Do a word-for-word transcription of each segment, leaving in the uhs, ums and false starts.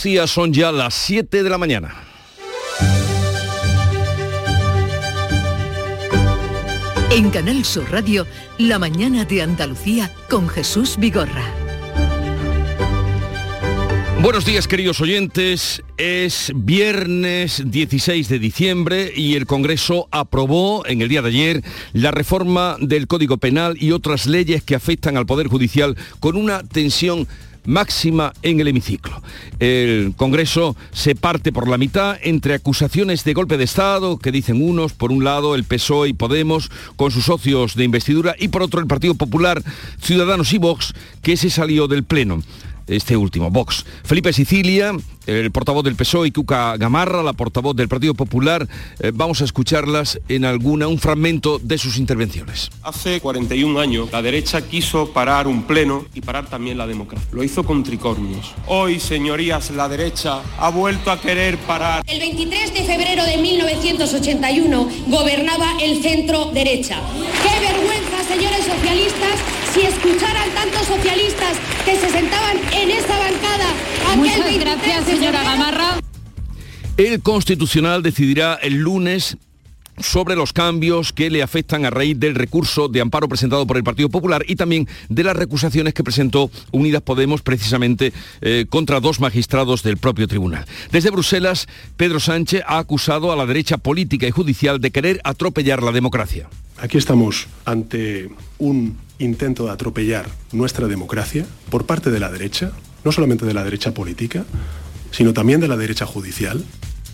Sí, son ya las siete de la mañana. En Canal Sur Radio, La mañana de Andalucía con Jesús Vigorra. Buenos días, queridos oyentes. Es viernes dieciséis de diciembre y el Congreso aprobó en el día de ayer la reforma del Código Penal y otras leyes que afectan al Poder Judicial con una tensión máxima en el hemiciclo. El Congreso se parte por la mitad entre acusaciones de golpe de Estado, que dicen unos, por un lado el P S O E y Podemos, con sus socios de investidura, y por otro el Partido Popular, Ciudadanos y Vox, que se salió del Pleno. Este último, Vox. Felipe Sicilia, el portavoz del P S O E, y Cuca Gamarra, la portavoz del Partido Popular, eh, vamos a escucharlas en alguna, un fragmento de sus intervenciones. Hace cuarenta y un años la derecha quiso parar un pleno y parar también la democracia. Lo hizo con tricornios. Hoy, señorías, la derecha ha vuelto a querer parar. El veintitrés de febrero de mil novecientos ochenta y uno gobernaba el centro derecha. ¡Qué vergüenza, señores socialistas, si escucharan tantos socialistas que se sentaban en esa bancada! Muchas gracias, señora Gamarra. El Constitucional decidirá el lunes sobre los cambios que le afectan a raíz del recurso de amparo presentado por el Partido Popular y también de las recusaciones que presentó Unidas Podemos precisamente eh, contra dos magistrados del propio tribunal. Desde Bruselas, Pedro Sánchez ha acusado a la derecha política y judicial de querer atropellar la democracia. Aquí estamos ante un intento de atropellar nuestra democracia por parte de la derecha, no solamente de la derecha política, sino también de la derecha judicial.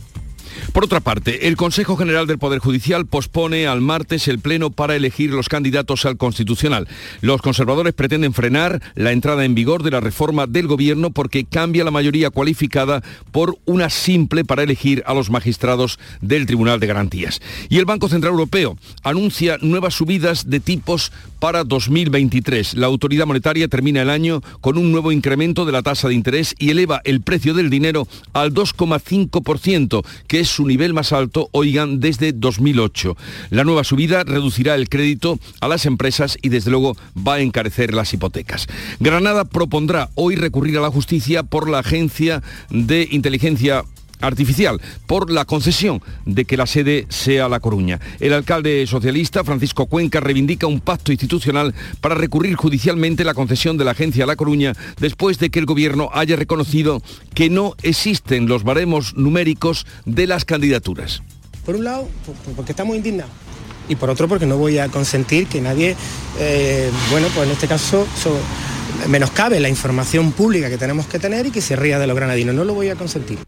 Por otra parte, el Consejo General del Poder Judicial pospone al martes el pleno para elegir los candidatos al Constitucional. Los conservadores pretenden frenar la entrada en vigor de la reforma del Gobierno porque cambia la mayoría cualificada por una simple para elegir a los magistrados del Tribunal de Garantías. Y el Banco Central Europeo anuncia nuevas subidas de tipos para dos mil veintitrés. La autoridad monetaria termina el año con un nuevo incremento de la tasa de interés y eleva el precio del dinero al dos coma cinco por ciento, que es su nivel más alto, oigan, desde dos mil ocho. La nueva subida reducirá el crédito a las empresas y desde luego va a encarecer las hipotecas. Granada propondrá hoy recurrir a la justicia por la Agencia de Inteligencia Artificial, por la concesión de que la sede sea La Coruña. El alcalde socialista, Francisco Cuenca, reivindica un pacto institucional para recurrir judicialmente la concesión de la agencia a La Coruña después de que el gobierno haya reconocido que no existen los baremos numéricos de las candidaturas. Por un lado, porque estamos indignados, y por otro porque no voy a consentir que nadie, eh, bueno, pues en este caso so, menoscabe la información pública que tenemos que tener y que se ría de los granadinos. No lo voy a consentir.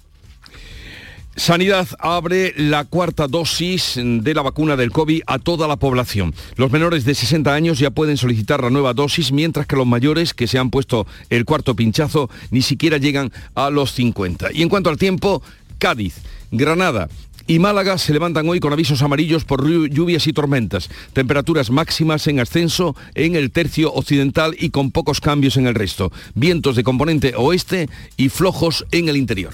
Sanidad abre la cuarta dosis de la vacuna del COVID a toda la población. Los menores de sesenta años ya pueden solicitar la nueva dosis, mientras que los mayores que se han puesto el cuarto pinchazo ni siquiera llegan a los cincuenta. Y en cuanto al tiempo, Cádiz, Granada y Málaga se levantan hoy con avisos amarillos por lluvias y tormentas. Temperaturas máximas en ascenso en el tercio occidental y con pocos cambios en el resto. Vientos de componente oeste y flojos en el interior.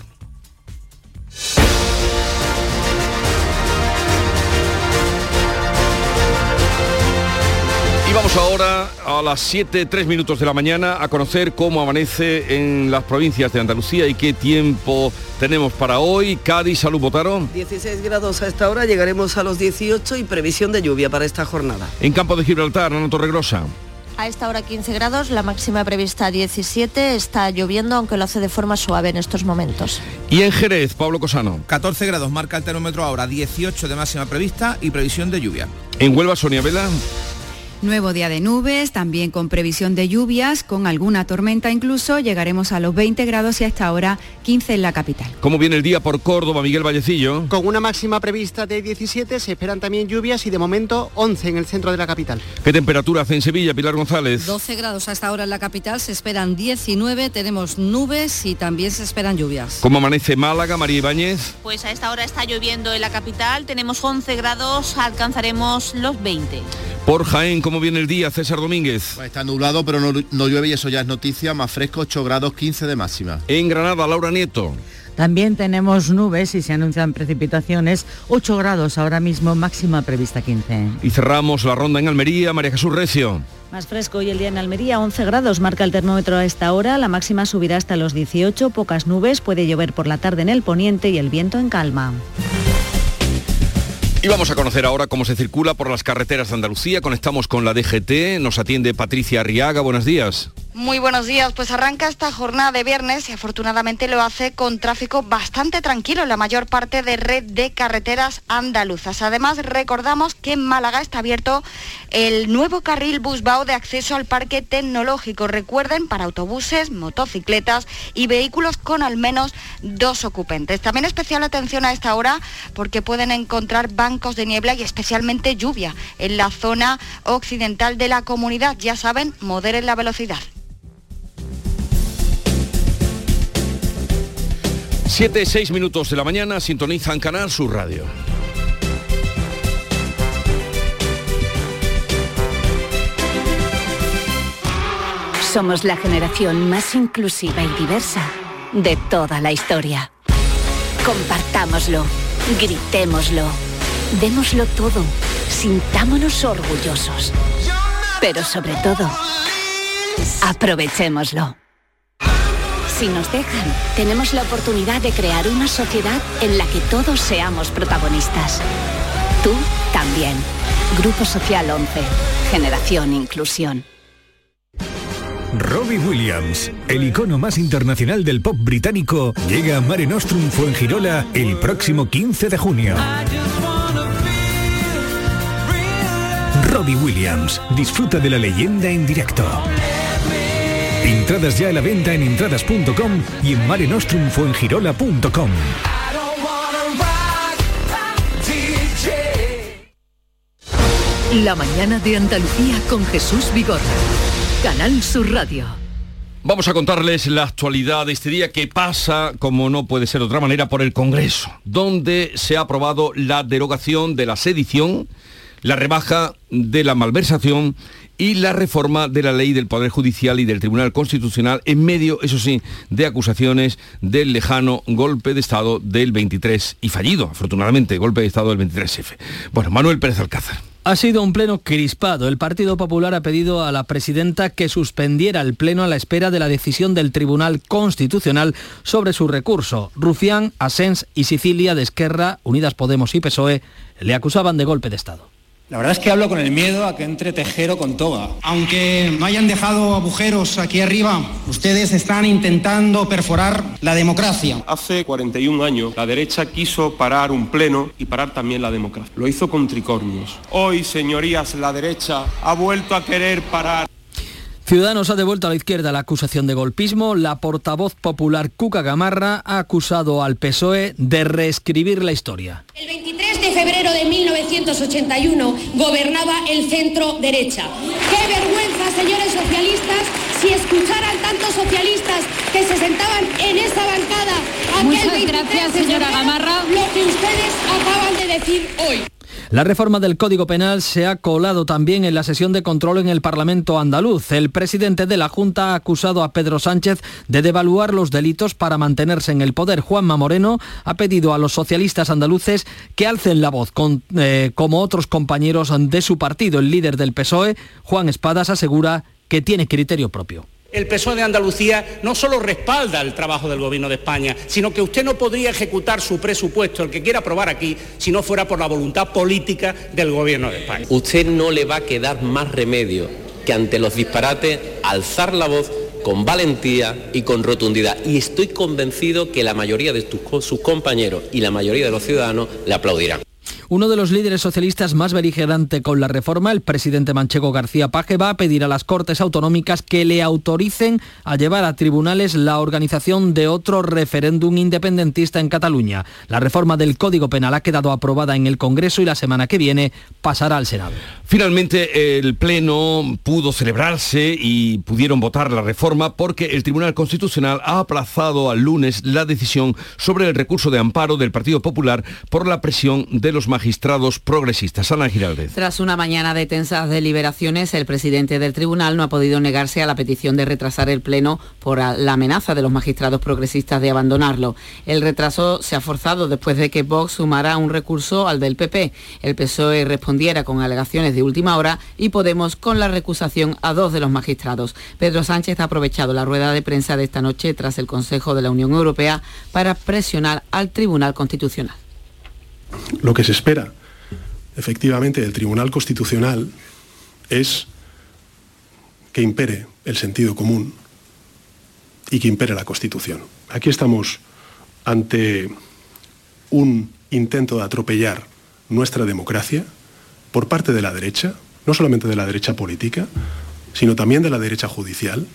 Y vamos ahora a las siete, tres minutos de la mañana a conocer cómo amanece en las provincias de Andalucía y qué tiempo tenemos para hoy. Cádiz, Salud, Botaro. dieciséis grados a esta hora, llegaremos a los dieciocho y previsión de lluvia para esta jornada. En Campo de Gibraltar, Ana Torregrosa. A esta hora quince grados, la máxima prevista diecisiete, está lloviendo aunque lo hace de forma suave en estos momentos. Y en Jerez, Pablo Cosano. catorce grados marca el termómetro ahora, dieciocho de máxima prevista y previsión de lluvia. En Huelva, Sonia Vela. Nuevo día de nubes, también con previsión de lluvias, con alguna tormenta incluso, llegaremos a los veinte grados y a esta hora quince en la capital. ¿Cómo viene el día por Córdoba, Miguel Vallecillo? Con una máxima prevista de diecisiete, se esperan también lluvias y de momento once en el centro de la capital. ¿Qué temperatura hace en Sevilla, Pilar González? doce grados a esta hora en la capital, se esperan diecinueve, tenemos nubes y también se esperan lluvias. ¿Cómo amanece Málaga, María Ibáñez? Pues a esta hora está lloviendo en la capital, tenemos once grados, alcanzaremos los veinte. Por Jaén, ¿cómo viene el día, César Domínguez? Pues está nublado, pero no, no llueve y eso ya es noticia, más fresco, ocho grados, quince de máxima. En Granada, Laura Nieto. También tenemos nubes y se anuncian precipitaciones, ocho grados ahora mismo, máxima prevista quince. Y cerramos la ronda en Almería, María Jesús Recio. Más fresco hoy el día en Almería, once grados marca el termómetro a esta hora, la máxima subirá hasta los dieciocho, pocas nubes, puede llover por la tarde en el poniente y el viento en calma. Y vamos a conocer ahora cómo se circula por las carreteras de Andalucía. Conectamos con la D G T, nos atiende Patricia Arriaga, buenos días. Muy buenos días, pues arranca esta jornada de viernes y afortunadamente lo hace con tráfico bastante tranquilo en la mayor parte de red de carreteras andaluzas. Además, recordamos que en Málaga está abierto el nuevo carril Busbao de acceso al parque tecnológico. Recuerden, para autobuses, motocicletas y vehículos con al menos dos ocupantes. También especial atención a esta hora porque pueden encontrar bancos de niebla y especialmente lluvia en la zona occidental de la comunidad. Ya saben, moderen la velocidad. Siete, seis minutos de la mañana, sintonizan Canal Sur Radio. Somos la generación más inclusiva y diversa de toda la historia. Compartámoslo, gritémoslo, démoslo todo, sintámonos orgullosos. Pero sobre todo, aprovechémoslo. Si nos dejan, tenemos la oportunidad de crear una sociedad en la que todos seamos protagonistas. Tú también. Grupo Social once. Generación Inclusión. Robbie Williams, el icono más internacional del pop británico, llega a Mare Nostrum Fuengirola el próximo quince de junio. Robbie Williams, disfruta de la leyenda en directo. Entradas ya a la venta en entradas punto com y en mare nostrum fuengirola punto com. La mañana de Andalucía con Jesús Vigorra. Canal Sur Radio. Vamos a contarles la actualidad de este día que pasa, como no puede ser de otra manera, por el Congreso, donde se ha aprobado la derogación de la sedición, la rebaja de la malversación y la reforma de la ley del Poder Judicial y del Tribunal Constitucional en medio, eso sí, de acusaciones del lejano golpe de Estado del veintitrés y fallido, afortunadamente, golpe de Estado del veintitrés efe. Bueno, Manuel Pérez Alcázar. Ha sido un pleno crispado. El Partido Popular ha pedido a la presidenta que suspendiera el pleno a la espera de la decisión del Tribunal Constitucional sobre su recurso. Rufián, Asens y Sicilia de Esquerra, Unidas Podemos y P S O E le acusaban de golpe de Estado. La verdad es que hablo con el miedo a que entre Tejero con toga. Aunque no hayan dejado agujeros aquí arriba, ustedes están intentando perforar la democracia. Hace cuarenta y un años la derecha quiso parar un pleno y parar también la democracia. Lo hizo con tricornios. Hoy, señorías, la derecha ha vuelto a querer parar. Ciudadanos ha devuelto a la izquierda la acusación de golpismo. La portavoz popular Cuca Gamarra ha acusado al P S O E de reescribir la historia. El veintitrés de febrero de mil novecientos ochenta y uno gobernaba el centro derecha. ¡Qué vergüenza, señores socialistas, si escucharan tantos socialistas que se sentaban en esa bancada aquel Muchas veintitrés gracias, de señora febrero, Gamarra. lo que ustedes acaban de decir hoy? La reforma del Código Penal se ha colado también en la sesión de control en el Parlamento andaluz. El presidente de la Junta ha acusado a Pedro Sánchez de devaluar los delitos para mantenerse en el poder. Juanma Moreno ha pedido a los socialistas andaluces que alcen la voz con, eh, como otros compañeros de su partido. El líder del P S O E, Juan Espadas, asegura que tiene criterio propio. El P S O E de Andalucía no solo respalda el trabajo del Gobierno de España, sino que usted no podría ejecutar su presupuesto, el que quiera aprobar aquí, si no fuera por la voluntad política del Gobierno de España. Usted no le va a quedar más remedio que ante los disparates alzar la voz con valentía y con rotundidad. Y estoy convencido que la mayoría de sus compañeros y la mayoría de los ciudadanos le aplaudirán. Uno de los líderes socialistas más beligerante con la reforma, el presidente manchego García Paje, va a pedir a las Cortes Autonómicas que le autoricen a llevar a tribunales la organización de otro referéndum independentista en Cataluña. La reforma del Código Penal ha quedado aprobada en el Congreso y la semana que viene pasará al Senado. Finalmente, el Pleno pudo celebrarse y pudieron votar la reforma porque el Tribunal Constitucional ha aplazado al lunes la decisión sobre el recurso de amparo del Partido Popular por la presión de los magistrados progresistas. Ana Giraldez. Tras una mañana de tensas deliberaciones, el presidente del tribunal no ha podido negarse a la petición de retrasar el pleno por la amenaza de los magistrados progresistas de abandonarlo. El retraso se ha forzado después de que Vox sumara un recurso al del P P, el P S O E respondiera con alegaciones de última hora y Podemos con la recusación a dos de los magistrados. Pedro Sánchez ha aprovechado la rueda de prensa de esta noche tras el Consejo de la Unión Europea para presionar al Tribunal Constitucional. Lo que se espera, efectivamente, del Tribunal Constitucional es que impere el sentido común y que impere la Constitución. Aquí estamos ante un intento de atropellar nuestra democracia por parte de la derecha, no solamente de la derecha política, sino también de la derecha judicial,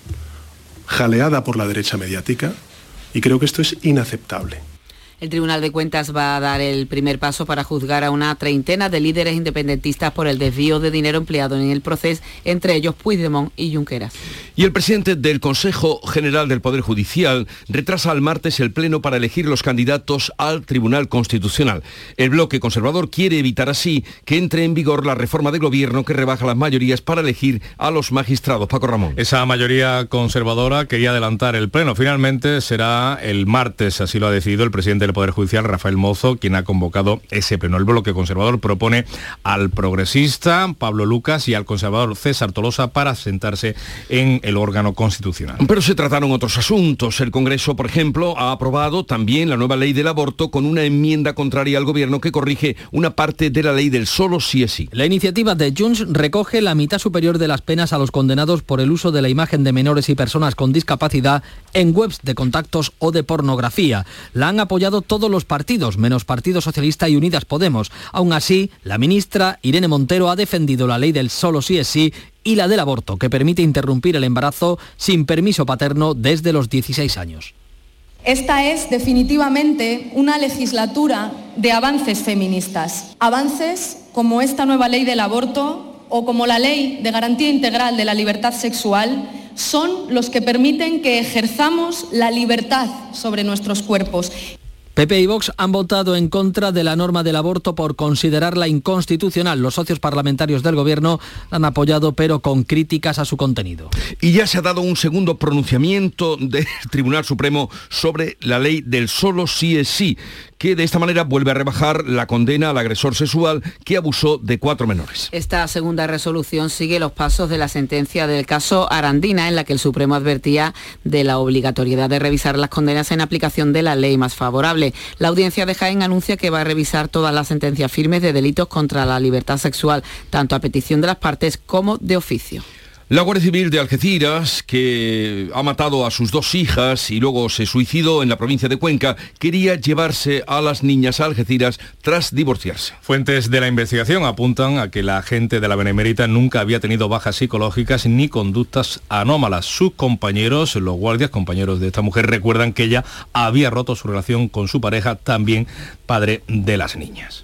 jaleada por la derecha mediática, y creo que esto es inaceptable. El Tribunal de Cuentas va a dar el primer paso para juzgar a una treintena de líderes independentistas por el desvío de dinero empleado en el proceso, entre ellos Puigdemont y Junqueras. Y el presidente del Consejo General del Poder Judicial retrasa al martes el pleno para elegir los candidatos al Tribunal Constitucional. El bloque conservador quiere evitar así que entre en vigor la reforma de gobierno que rebaja las mayorías para elegir a los magistrados. Paco Ramón. Esa mayoría conservadora quería adelantar el pleno. Finalmente será el martes, así lo ha decidido el presidente del Poder Judicial, Rafael Mozo, quien ha convocado ese pleno. El bloque conservador propone al progresista Pablo Lucas y al conservador César Tolosa para sentarse en el órgano constitucional. Pero se trataron otros asuntos. El Congreso, por ejemplo, ha aprobado también la nueva ley del aborto con una enmienda contraria al Gobierno que corrige una parte de la ley del solo sí es sí. La iniciativa de Junts recoge la mitad superior de las penas a los condenados por el uso de la imagen de menores y personas con discapacidad en webs de contactos o de pornografía. La han apoyado todos los partidos, menos Partido Socialista y Unidas Podemos. Aún así, la ministra Irene Montero ha defendido la ley del solo sí es sí y la del aborto, que permite interrumpir el embarazo sin permiso paterno desde los dieciséis años. Esta es definitivamente una legislatura de avances feministas. Avances como esta nueva ley del aborto o como la ley de garantía integral de la libertad sexual son los que permiten que ejerzamos la libertad sobre nuestros cuerpos. P P y Vox han votado en contra de la norma del aborto por considerarla inconstitucional. Los socios parlamentarios del Gobierno han apoyado, pero con críticas a su contenido. Y ya se ha dado un segundo pronunciamiento del Tribunal Supremo sobre la ley del solo sí es sí, que de esta manera vuelve a rebajar la condena al agresor sexual que abusó de cuatro menores. Esta segunda resolución sigue los pasos de la sentencia del caso Arandina, en la que el Supremo advertía de la obligatoriedad de revisar las condenas en aplicación de la ley más favorable. La Audiencia de Jaén anuncia que va a revisar todas las sentencias firmes de delitos contra la libertad sexual, tanto a petición de las partes como de oficio. La Guardia Civil de Algeciras, que ha matado a sus dos hijas y luego se suicidó en la provincia de Cuenca, quería llevarse a las niñas a Algeciras tras divorciarse. Fuentes de la investigación apuntan a que la agente de la Benemérita nunca había tenido bajas psicológicas ni conductas anómalas. Sus compañeros, los guardias, compañeros de esta mujer, recuerdan que ella había roto su relación con su pareja, también padre de las niñas.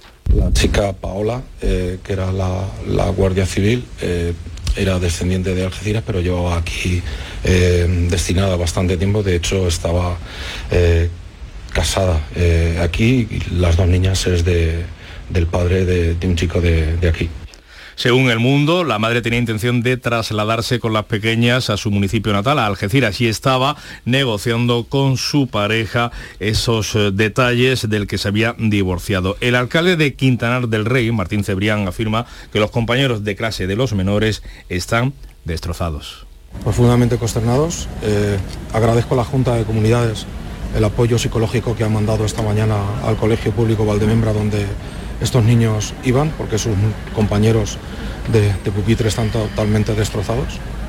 La chica Paola, eh, que era la, la Guardia Civil, eh, era descendiente de Algeciras, pero llevaba aquí eh, destinada bastante tiempo. De hecho, estaba eh, casada eh, aquí y las dos niñas es de, del padre de, de un chico de, de aquí. Según El Mundo, la madre tenía intención de trasladarse con las pequeñas a su municipio natal, a Algeciras, y estaba negociando con su pareja esos detalles del que se había divorciado. El alcalde de Quintanar del Rey, Martín Cebrián, afirma que los compañeros de clase de los menores están destrozados. Profundamente consternados. Eh, agradezco a la Junta de Comunidades el apoyo psicológico que han mandado esta mañana al Colegio Público Valdemembra, donde estos niños iban, porque sus compañeros de, de pupitre están totalmente destrozados,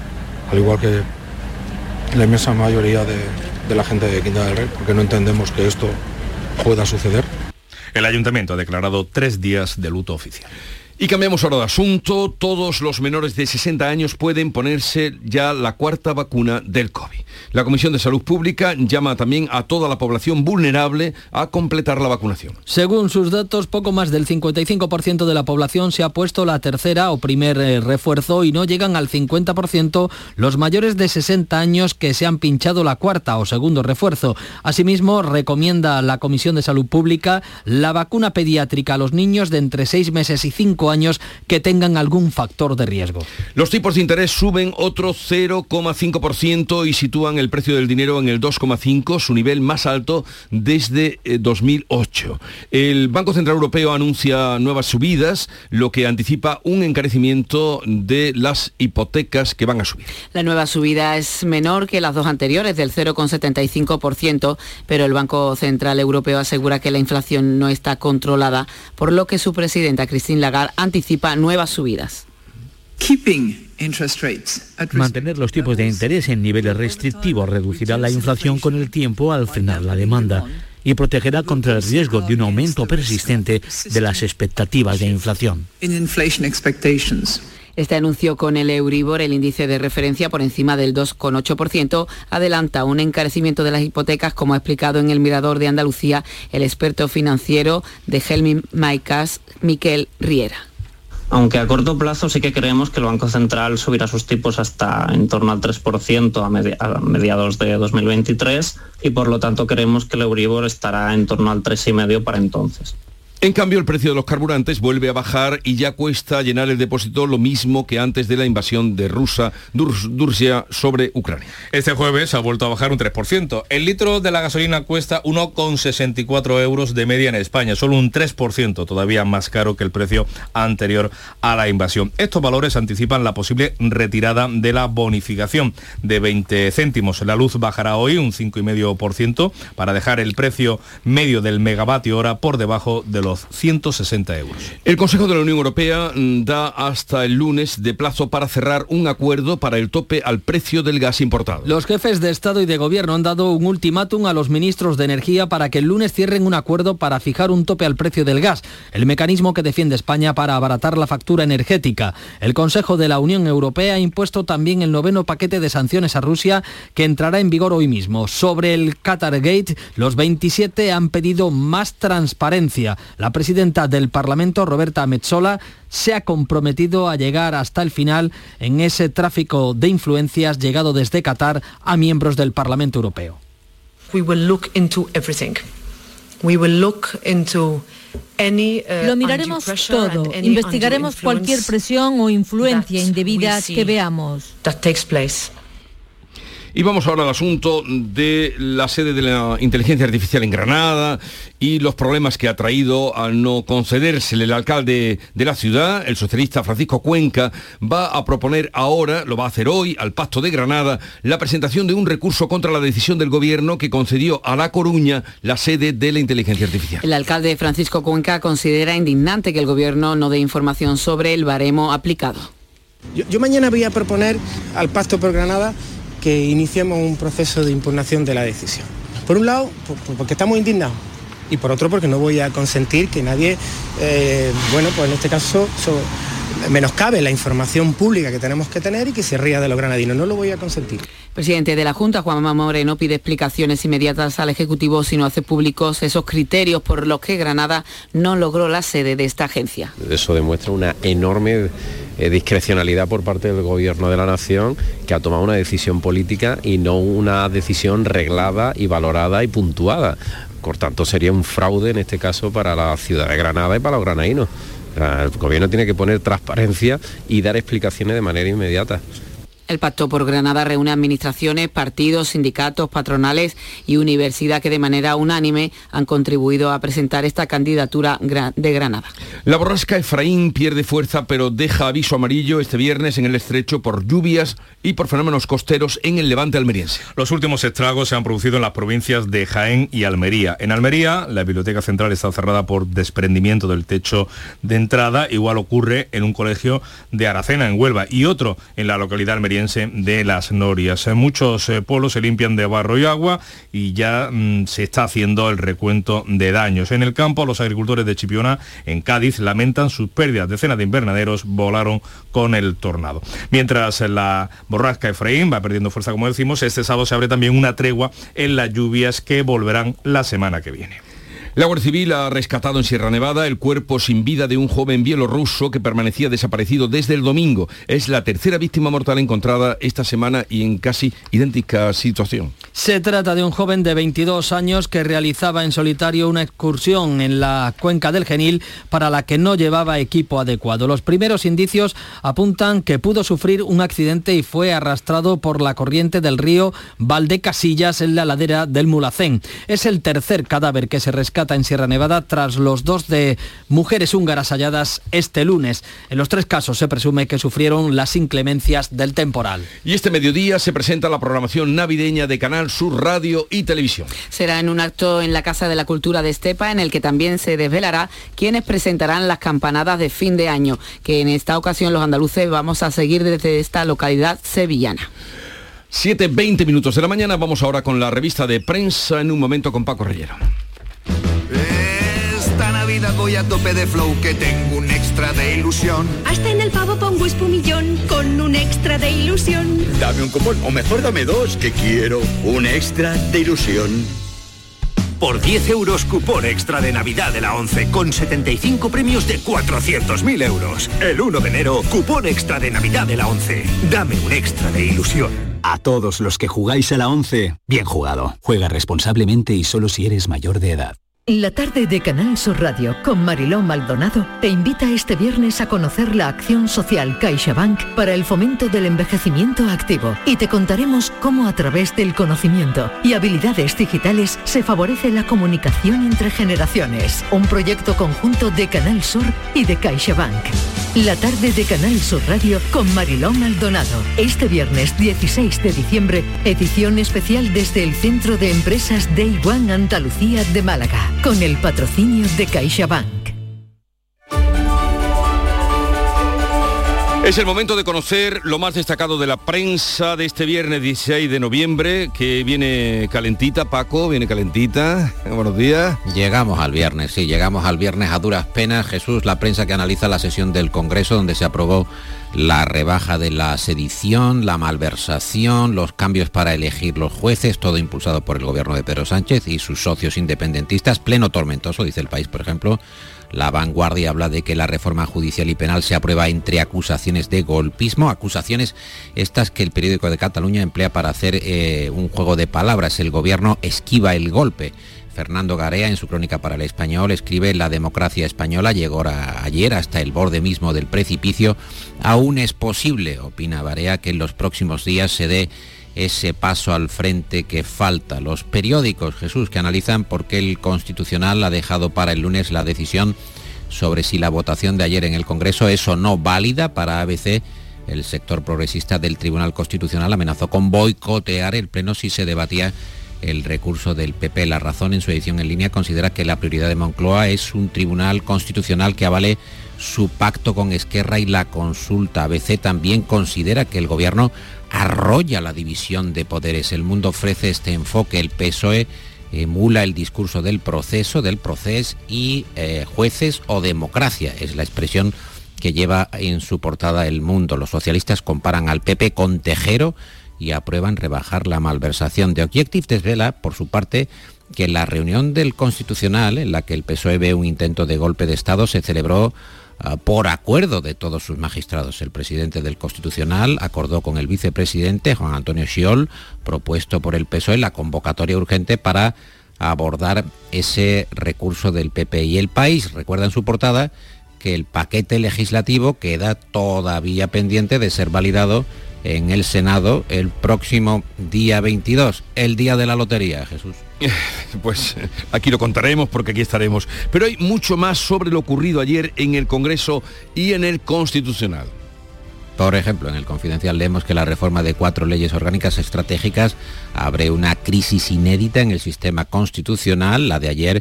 al igual que la inmensa mayoría de, de la gente de Quinta del Rey, porque no entendemos que esto pueda suceder. El ayuntamiento ha declarado tres días de luto oficial. Y cambiamos ahora de asunto. Todos los menores de sesenta años pueden ponerse ya la cuarta vacuna del COVID. La Comisión de Salud Pública llama también a toda la población vulnerable a completar la vacunación. Según sus datos, poco más del cincuenta y cinco por ciento de la población se ha puesto la tercera o primer eh, refuerzo y no llegan al cincuenta por ciento los mayores de sesenta años que se han pinchado la cuarta o segundo refuerzo. Asimismo, recomienda la Comisión de Salud Pública la vacuna pediátrica a los niños de entre seis meses y cinco años que tengan algún factor de riesgo. Los tipos de interés suben otro cero coma cinco por ciento y sitúan el precio del dinero en el dos coma cinco, su nivel más alto desde eh, dos mil ocho. El Banco Central Europeo anuncia nuevas subidas, lo que anticipa un encarecimiento de las hipotecas que van a subir. La nueva subida es menor que las dos anteriores, del cero coma setenta y cinco por ciento, pero el Banco Central Europeo asegura que la inflación no está controlada, por lo que su presidenta Christine Lagarde anticipa nuevas subidas. Mantener los tipos de interés en niveles restrictivos reducirá la inflación con el tiempo al frenar la demanda y protegerá contra el riesgo de un aumento persistente de las expectativas de inflación. Este anuncio con el Euribor, el índice de referencia, por encima del dos coma ocho por ciento, adelanta un encarecimiento de las hipotecas, como ha explicado en el Mirador de Andalucía el experto financiero de Helmi Maicas, Miquel Riera. Aunque a corto plazo sí que creemos que el Banco Central subirá sus tipos hasta en torno al tres por ciento a, medi- a mediados de dos mil veintitrés y por lo tanto creemos que el Euribor estará en torno al tres coma cinco por ciento para entonces. En cambio, el precio de los carburantes vuelve a bajar y ya cuesta llenar el depósito lo mismo que antes de la invasión de Rusia, Rusia sobre Ucrania. Este jueves ha vuelto a bajar un tres por ciento. El litro de la gasolina cuesta uno coma sesenta y cuatro euros de media en España, solo un tres por ciento, todavía más caro que el precio anterior a la invasión. Estos valores anticipan la posible retirada de la bonificación de veinte céntimos. La luz bajará hoy un cinco coma cinco por ciento para dejar el precio medio del megavatio hora por debajo de los ciento sesenta euros. El Consejo de la Unión Europea da hasta el lunes de plazo para cerrar un acuerdo para el tope al precio del gas importado. Los jefes de Estado y de Gobierno han dado un ultimátum a los ministros de Energía para que el lunes cierren un acuerdo para fijar un tope al precio del gas, el mecanismo que defiende España para abaratar la factura energética. El Consejo de la Unión Europea ha impuesto también el noveno paquete de sanciones a Rusia, que entrará en vigor hoy mismo. Sobre el Qatargate, los veintisiete han pedido más transparencia. La presidenta del Parlamento, Roberta Metsola, se ha comprometido a llegar hasta el final en ese tráfico de influencias llegado desde Qatar a miembros del Parlamento Europeo. We will look into everything. We will look into any, uh, Lo miraremos todo, investigaremos cualquier presión o influencia indebida que veamos. That takes place. Y vamos ahora al asunto de la sede de la inteligencia artificial en Granada y los problemas que ha traído al no concedérsele. El alcalde de la ciudad, el socialista Francisco Cuenca, va a proponer ahora, lo va a hacer hoy, al Pacto de Granada, la presentación de un recurso contra la decisión del gobierno que concedió a La Coruña la sede de la inteligencia artificial. El alcalde Francisco Cuenca considera indignante que el gobierno no dé información sobre el baremo aplicado. Yo, yo mañana voy a proponer al Pacto por Granada que iniciemos un proceso de impugnación de la decisión. Por un lado, porque estamos indignados, y por otro, porque no voy a consentir que nadie, eh, bueno, pues en este caso, so, menoscabe la información pública que tenemos que tener y que se ría de los granadinos. No lo voy a consentir. El presidente de la Junta, Juanma Moreno, pide explicaciones inmediatas al Ejecutivo si no hace públicos esos criterios por los que Granada no logró la sede de esta agencia. Eso demuestra una enorme eh, discrecionalidad por parte del Gobierno de la Nación, que ha tomado una decisión política y no una decisión reglada y valorada y puntuada. Por tanto, sería un fraude en este caso para la ciudad de Granada y para los granadinos. El gobierno tiene que poner transparencia y dar explicaciones de manera inmediata. El Pacto por Granada reúne administraciones, partidos, sindicatos, patronales y universidad que de manera unánime han contribuido a presentar esta candidatura de Granada. La borrasca Efraín pierde fuerza, pero deja aviso amarillo este viernes en el estrecho por lluvias y por fenómenos costeros en el levante almeriense. Los últimos estragos se han producido en las provincias de Jaén y Almería. En Almería, la Biblioteca Central está cerrada por desprendimiento del techo de entrada. Igual ocurre en un colegio de Aracena, en Huelva, y otro en la localidad almeriense almeriense de Las Norias. Muchos eh, pueblos se limpian de barro y agua y ya mmm, se está haciendo el recuento de daños. En el campo, los agricultores de Chipiona, en Cádiz, lamentan sus pérdidas. Decenas de invernaderos volaron con el tornado. Mientras la borrasca Efraín va perdiendo fuerza, como decimos, este sábado se abre también una tregua en las lluvias que volverán la semana que viene. La Guardia Civil ha rescatado en Sierra Nevada el cuerpo sin vida de un joven bielorruso que permanecía desaparecido desde el domingo. Es la tercera víctima mortal encontrada esta semana y en casi idéntica situación. Se trata de un joven de veintidós años que realizaba en solitario una excursión en la cuenca del Genil para la que no llevaba equipo adecuado. Los primeros indicios apuntan que pudo sufrir un accidente y fue arrastrado por la corriente del río Valdecasillas en la ladera del Mulhacén. Es el tercer cadáver que se rescata en Sierra Nevada tras los dos de mujeres húngaras halladas este lunes. En los tres casos se presume que sufrieron las inclemencias del temporal. Y este mediodía se presenta la programación navideña de Canal Sur Radio y Televisión. Será en un acto en la Casa de la Cultura de Estepa, en el que también se desvelará quiénes presentarán las campanadas de fin de año, que en esta ocasión los andaluces vamos a seguir desde esta localidad sevillana. siete veinte minutos de la mañana, vamos ahora con la revista de prensa, en un momento con Paco Rellero. Esta Navidad voy a tope de flow, que tengo un extra de ilusión. Hasta en el pavo pongo espumillón, con un extra de ilusión. Dame un cupón, o mejor dame dos, que quiero un extra de ilusión. Por diez euros, cupón extra de Navidad de la ONCE, con setenta y cinco premios de cuatrocientos mil euros. El uno de enero, cupón extra de Navidad de la ONCE. Dame un extra de ilusión. A todos los que jugáis a la ONCE, bien jugado. Juega responsablemente y solo si eres mayor de edad. La tarde de Canal Sur Radio con Mariló Maldonado te invita este viernes a conocer la acción social CaixaBank para el fomento del envejecimiento activo, y te contaremos cómo a través del conocimiento y habilidades digitales se favorece la comunicación entre generaciones. Un proyecto conjunto de Canal Sur y de CaixaBank. La tarde de Canal Sur Radio con Mariló Maldonado. Este viernes dieciséis de diciembre, edición especial desde el Centro de Empresas Day One Andalucía de Málaga, con el patrocinio de CaixaBank. Es el momento de conocer lo más destacado de la prensa de este viernes dieciséis de noviembre, que viene calentita. Paco, viene calentita. Buenos días. Llegamos al viernes, sí, llegamos al viernes a duras penas. Jesús, la prensa que analiza la sesión del Congreso, donde se aprobó la rebaja de la sedición, la malversación, los cambios para elegir los jueces, todo impulsado por el gobierno de Pedro Sánchez y sus socios independentistas. Pleno tormentoso, dice El País, por ejemplo. La Vanguardia habla de que la reforma judicial y penal se aprueba entre acusaciones de golpismo, acusaciones estas que el periódico de Cataluña emplea para hacer eh, un juego de palabras. El gobierno esquiva el golpe. Fernando Garea, en su crónica para El Español, escribe: la democracia española llegó a, ayer hasta el borde mismo del precipicio. Aún es posible, opina Garea, que en los próximos días se dé ese paso al frente que falta. Los periódicos, Jesús, que analizan por qué el Constitucional ha dejado para el lunes la decisión sobre si la votación de ayer en el Congreso es o no válida. Para A B C, el sector progresista del Tribunal Constitucional amenazó con boicotear el pleno si se debatía el recurso del P P. La Razón, en su edición en línea, considera que la prioridad de Moncloa es un tribunal constitucional que avale su pacto con Esquerra y la consulta. A B C también considera que el gobierno arrolla la división de poderes. El Mundo ofrece este enfoque. El P S O E emula el discurso del proceso, del proceso y eh, jueces o democracia. Es la expresión que lleva en su portada El Mundo. Los socialistas comparan al P P con Tejero y aprueban rebajar la malversación. The Objective desvela, por su parte, que en la reunión del Constitucional, en la que el P S O E ve un intento de golpe de Estado, se celebró uh, por acuerdo de todos sus magistrados. El presidente del Constitucional acordó con el vicepresidente, Juan Antonio Xiol, propuesto por el P S O E, la convocatoria urgente para abordar ese recurso del P P. Y El País recuerda en su portada que el paquete legislativo queda todavía pendiente de ser validado en el Senado el próximo día veintidós, el día de la lotería, Jesús. Pues aquí lo contaremos, porque aquí estaremos. Pero hay mucho más sobre lo ocurrido ayer en el Congreso y en el Constitucional. Por ejemplo, en El Confidencial leemos que la reforma de cuatro leyes orgánicas estratégicas abre una crisis inédita en el sistema constitucional. La de ayer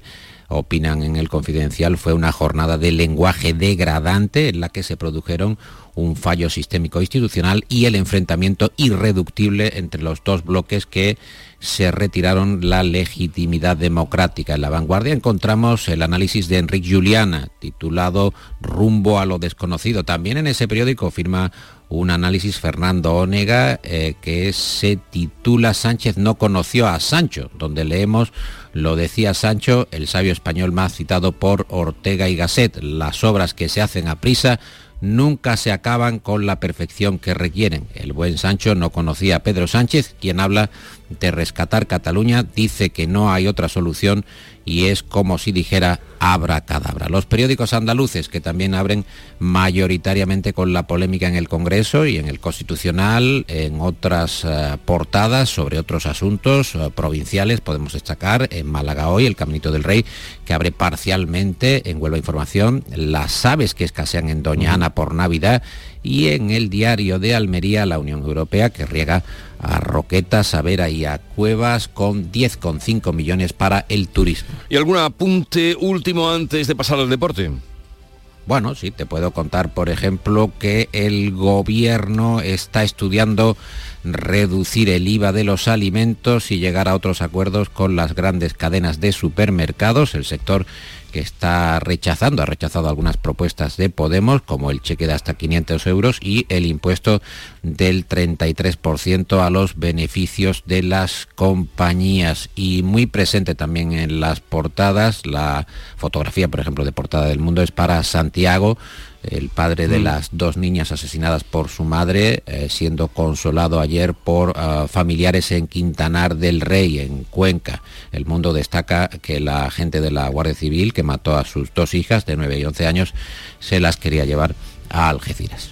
opinan en El Confidencial, fue una jornada de lenguaje degradante en la que se produjeron un fallo sistémico institucional y el enfrentamiento irreductible entre los dos bloques que se retiraron la legitimidad democrática. En La Vanguardia encontramos el análisis de Enric Juliana, titulado Rumbo a lo desconocido. También en ese periódico firma un análisis Fernando Onega eh, que se titula Sánchez no conoció a Sancho, donde leemos: lo decía Sancho, el sabio español más citado por Ortega y Gasset, las obras que se hacen a prisa nunca se acaban con la perfección que requieren. El buen Sancho no conocía a Pedro Sánchez, quien habla de rescatar Cataluña, dice que no hay otra solución y es como si dijera abracadabra. Los periódicos andaluces, que también abren mayoritariamente con la polémica en el Congreso y en el Constitucional, en otras uh, portadas sobre otros asuntos uh, provinciales, podemos destacar en Málaga Hoy, El Caminito del Rey, que abre parcialmente, en Huelva Información, las aves que escasean en Doña Ana por Navidad, y en el Diario de Almería, la Unión Europea, que riega a Roquetas, a Vera y a Cuevas con diez coma cinco millones para el turismo. ¿Y algún apunte último antes de pasar al deporte? Bueno, sí, te puedo contar, por ejemplo, que el gobierno está estudiando reducir el I V A de los alimentos y llegar a otros acuerdos con las grandes cadenas de supermercados. El sector que está rechazando, ha rechazado algunas propuestas de Podemos, como el cheque de hasta quinientos euros y el impuesto del treinta y tres por ciento a los beneficios de las compañías. Y muy presente también en las portadas, la fotografía, por ejemplo, de portada del Mundo es para Santiago, el padre de las dos niñas asesinadas por su madre, eh, siendo consolado ayer por uh, familiares en Quintanar del Rey, en Cuenca. El Mundo destaca que la agente de la Guardia Civil, que mató a sus dos hijas de nueve y once años, se las quería llevar a Algeciras.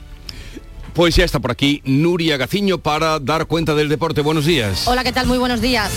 Pues ya está por aquí Nuria Gaciño para dar cuenta del deporte. Buenos días. Hola, ¿qué tal? Muy buenos días.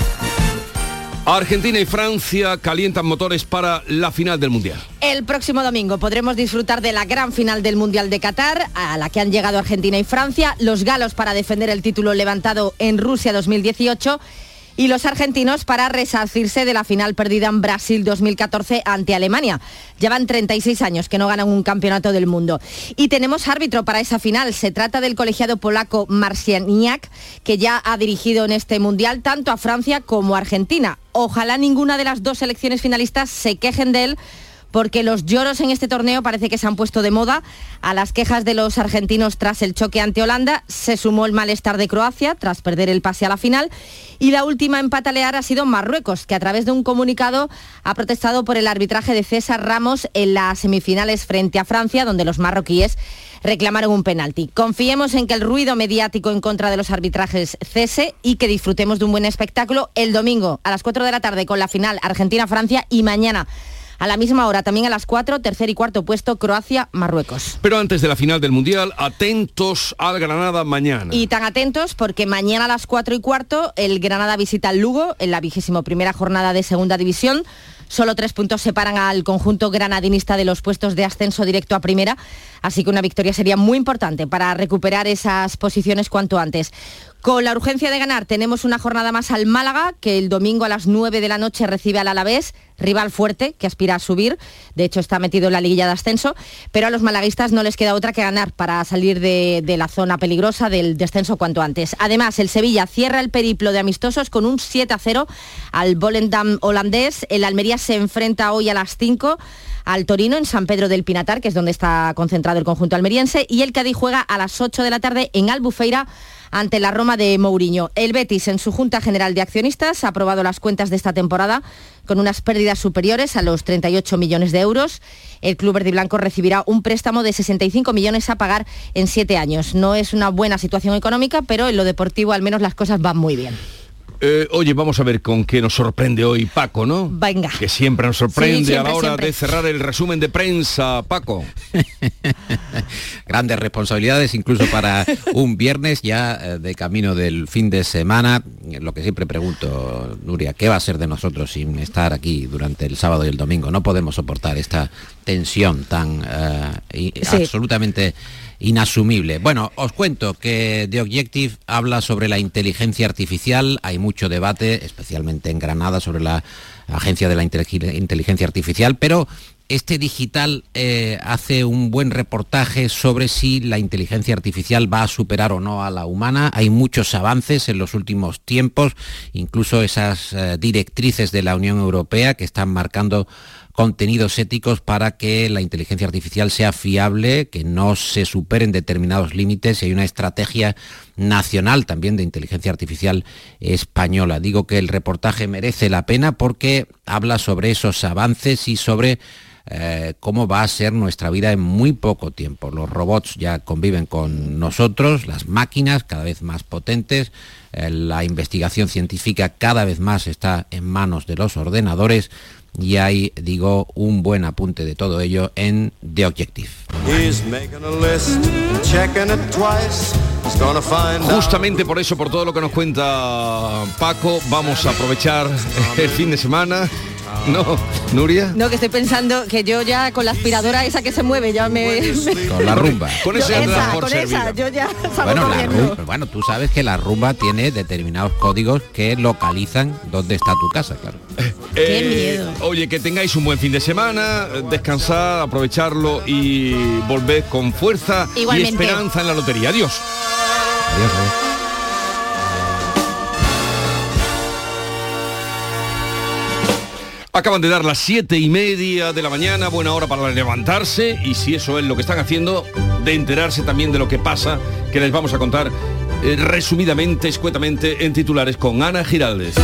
Argentina y Francia calientan motores para la final del Mundial. El próximo domingo podremos disfrutar de la gran final del Mundial de Qatar, a la que han llegado Argentina y Francia, los galos para defender el título levantado en Rusia dos mil dieciocho y los argentinos para resarcirse de la final perdida en Brasil dos mil catorce ante Alemania. Llevan treinta y seis años que no ganan un campeonato del mundo. Y tenemos árbitro para esa final. Se trata del colegiado polaco Marciniak, que ya ha dirigido en este Mundial tanto a Francia como a Argentina. Ojalá ninguna de las dos selecciones finalistas se quejen de él, porque los lloros en este torneo parece que se han puesto de moda. A las quejas de los argentinos tras el choque ante Holanda se sumó el malestar de Croacia tras perder el pase a la final, y la última en patalear ha sido Marruecos, que a través de un comunicado ha protestado por el arbitraje de César Ramos en las semifinales frente a Francia, donde los marroquíes reclamaron un penalti. Confiemos en que el ruido mediático en contra de los arbitrajes cese y que disfrutemos de un buen espectáculo el domingo a las cuatro de la tarde con la final Argentina-Francia, y mañana a la misma hora, también a las cuatro, tercer y cuarto puesto, Croacia-Marruecos. Pero antes de la final del Mundial, atentos al Granada mañana. Y tan atentos porque mañana a las cuatro y cuarto el Granada visita al Lugo en la vigésimo primera jornada de Segunda División. Solo tres puntos separan al conjunto granadinista de los puestos de ascenso directo a primera, así que una victoria sería muy importante para recuperar esas posiciones cuanto antes. Con la urgencia de ganar tenemos una jornada más al Málaga, que el domingo a las nueve de la noche recibe al Alavés, rival fuerte que aspira a subir, de hecho está metido en la liguilla de ascenso, pero a los malaguistas no les queda otra que ganar para salir de, de la zona peligrosa del descenso cuanto antes. Además, el Sevilla cierra el periplo de amistosos con un siete a cero al Volendam holandés. El Almería se enfrenta hoy a las cinco al Torino en San Pedro del Pinatar, que es donde está concentrado el conjunto almeriense, y el Cádiz juega a las ocho de la tarde en Albufeira ante la Roma de Mourinho. El Betis, en su Junta General de Accionistas, ha aprobado las cuentas de esta temporada con unas pérdidas superiores a los treinta y ocho millones de euros. El club verdiblanco recibirá un préstamo de sesenta y cinco millones a pagar en siete años. No es una buena situación económica, pero en lo deportivo al menos las cosas van muy bien. Eh, oye, vamos a ver con qué nos sorprende hoy Paco, ¿no? Venga. Que siempre nos sorprende sí, siempre, a la hora siempre. de cerrar el resumen de prensa, Paco. Grandes responsabilidades, incluso para un viernes ya de camino del fin de semana. Lo que siempre pregunto, Nuria, ¿qué va a ser de nosotros sin estar aquí durante el sábado y el domingo? No podemos soportar esta tensión tan uh, y, sí. absolutamente inasumible. Bueno, os cuento que The Objective habla sobre la inteligencia artificial. Hay mucho debate, especialmente en Granada, sobre la Agencia de la Inteligencia Artificial, pero este digital eh, hace un buen reportaje sobre si la inteligencia artificial va a superar o no a la humana. Hay muchos avances en los últimos tiempos, incluso esas eh, directrices de la Unión Europea que están marcando contenidos éticos para que la inteligencia artificial sea fiable, que no se superen determinados límites, y hay una estrategia nacional también de inteligencia artificial española. Digo que el reportaje merece la pena porque habla sobre esos avances y sobre Eh, cómo va a ser nuestra vida en muy poco tiempo. Los robots ya conviven con nosotros, las máquinas cada vez más potentes, eh, la investigación científica cada vez más está en manos de los ordenadores, y hay, digo, un buen apunte de todo ello en The Objective. Justamente por eso, por todo lo que nos cuenta Paco, vamos a aprovechar el fin de semana. No, Nuria. No, que estoy pensando que yo ya con la aspiradora esa que se mueve ya me... me... Con la rumba. Con esa, esa, con esa yo ya bueno, la rumba, bueno, tú sabes que la rumba tiene determinados códigos que localizan dónde está tu casa, claro. Qué eh, miedo. Oye, que tengáis un buen fin de semana, descansad, aprovecharlo y volved con fuerza. Igualmente. Y esperanza en la lotería. Adiós. Adiós, adiós. Acaban de dar las siete y media de la mañana, buena hora para levantarse, y si eso es lo que están haciendo, de enterarse también de lo que pasa, que les vamos a contar eh, resumidamente, escuetamente, en titulares con Ana Giraldez.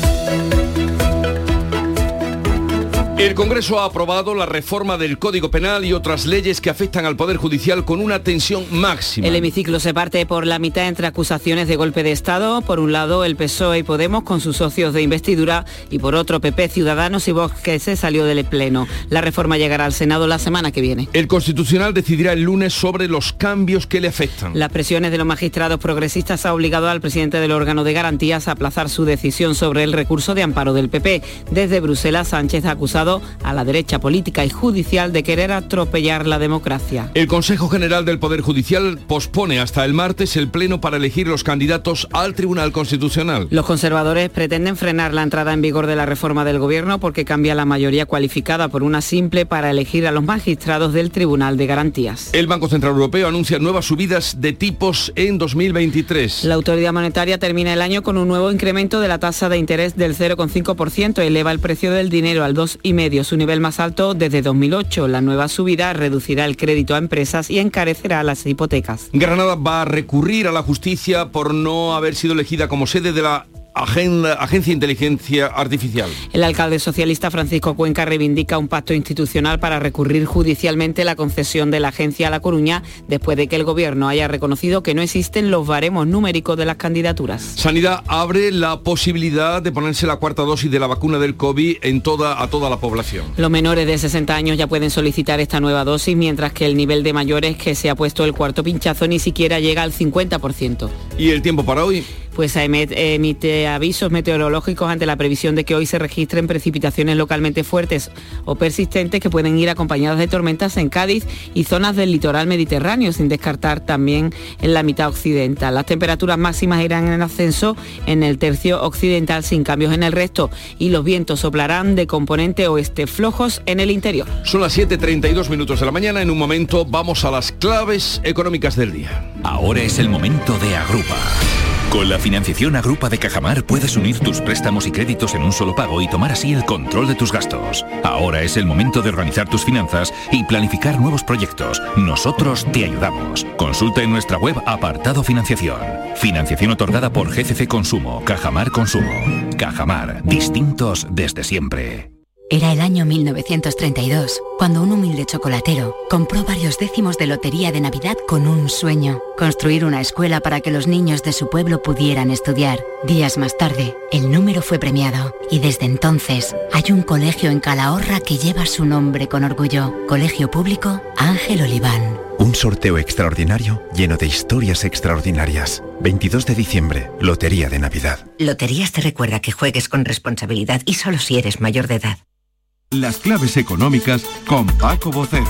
El Congreso ha aprobado la reforma del Código Penal y otras leyes que afectan al Poder Judicial con una tensión máxima. El hemiciclo se parte por la mitad entre acusaciones de golpe de Estado. Por un lado, el P S O E y Podemos con sus socios de investidura, y por otro, P P, Ciudadanos y Vox, que se salió del Pleno. La reforma llegará al Senado la semana que viene. El Constitucional decidirá el lunes sobre los cambios que le afectan. Las presiones de los magistrados progresistas ha obligado al presidente del órgano de garantías a aplazar su decisión sobre el recurso de amparo del P P. Desde Bruselas, Sánchez ha acusado a la derecha política y judicial de querer atropellar la democracia. El Consejo General del Poder Judicial pospone hasta el martes el pleno para elegir los candidatos al Tribunal Constitucional. Los conservadores pretenden frenar la entrada en vigor de la reforma del Gobierno porque cambia la mayoría cualificada por una simple para elegir a los magistrados del Tribunal de Garantías. El Banco Central Europeo anuncia nuevas subidas de tipos en dos mil veintitrés. La autoridad monetaria termina el año con un nuevo incremento de la tasa de interés del cero coma cinco por ciento, eleva el precio del dinero al dos coma cinco por ciento, su nivel más alto desde dos mil ocho. La nueva subida reducirá el crédito a empresas y encarecerá las hipotecas. Granada va a recurrir a la justicia por no haber sido elegida como sede de la Agenda, Agencia de Inteligencia Artificial. El alcalde socialista Francisco Cuenca reivindica un pacto institucional para recurrir judicialmente la concesión de la agencia a La Coruña después de que el Gobierno haya reconocido que no existen los baremos numéricos de las candidaturas. Sanidad abre la posibilidad de ponerse la cuarta dosis de la vacuna del COVID en toda, a toda la población. Los menores de sesenta años ya pueden solicitar esta nueva dosis, mientras que el nivel de mayores que se ha puesto el cuarto pinchazo ni siquiera llega al cincuenta por ciento. ¿Y el tiempo para hoy? Pues emite avisos meteorológicos ante la previsión de que hoy se registren precipitaciones localmente fuertes o persistentes que pueden ir acompañadas de tormentas en Cádiz y zonas del litoral mediterráneo, sin descartar también en la mitad occidental. Las temperaturas máximas irán en ascenso en el tercio occidental sin cambios en el resto, y los vientos soplarán de componente oeste flojos en el interior. Son las siete treinta y dos minutos de la mañana. En un momento vamos a las claves económicas del día. Ahora es el momento de Agrupa. Con la financiación Agrupa de Cajamar puedes unir tus préstamos y créditos en un solo pago y tomar así el control de tus gastos. Ahora es el momento de organizar tus finanzas y planificar nuevos proyectos. Nosotros te ayudamos. Consulta en nuestra web apartado financiación. Financiación otorgada por G C C Consumo, Cajamar Consumo. Cajamar, distintos desde siempre. Era el año mil novecientos treinta y dos, cuando un humilde chocolatero compró varios décimos de lotería de Navidad con un sueño: construir una escuela para que los niños de su pueblo pudieran estudiar. Días más tarde, el número fue premiado y desde entonces hay un colegio en Calahorra que lleva su nombre con orgullo. Colegio Público Ángel Oliván. Un sorteo extraordinario lleno de historias extraordinarias. veintidós de diciembre, Lotería de Navidad. Loterías te recuerda que juegues con responsabilidad y solo si eres mayor de edad. Las claves económicas con Paco Vocero.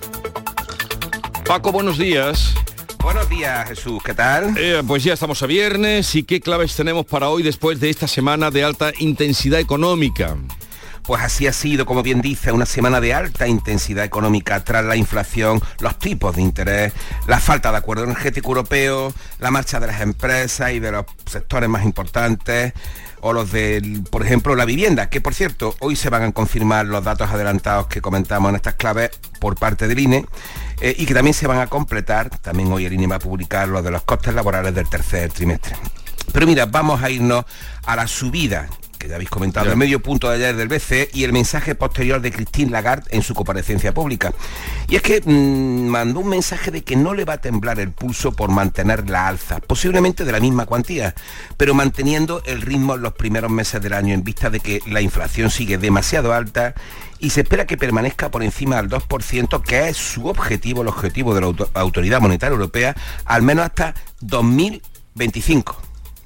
Paco, buenos días. Buenos días, Jesús, ¿qué tal? Eh, pues ya estamos a viernes, ¿y qué claves tenemos para hoy después de esta semana de alta intensidad económica? Pues así ha sido, como bien dice, una semana de alta intensidad económica tras la inflación, los tipos de interés, la falta de acuerdo energético europeo, la marcha de las empresas y de los sectores más importantes, o los de, por ejemplo, la vivienda, que por cierto, hoy se van a confirmar los datos adelantados que comentamos en estas claves por parte del I N E, eh, y que también se van a completar, también hoy el I N E va a publicar los de los costes laborales del tercer trimestre. Pero mira, vamos a irnos a la subida, que ya habéis comentado, el medio punto de ayer del B C E y el mensaje posterior de Christine Lagarde en su comparecencia pública. Y es que mmm, mandó un mensaje de que no le va a temblar el pulso por mantener la alza, posiblemente de la misma cuantía, pero manteniendo el ritmo en los primeros meses del año en vista de que la inflación sigue demasiado alta y se espera que permanezca por encima del dos por ciento, que es su objetivo, el objetivo de la Auto- Autoridad Monetaria Europea, al menos hasta dos mil veinticinco.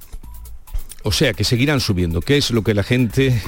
O sea, que seguirán subiendo, que es lo que la gente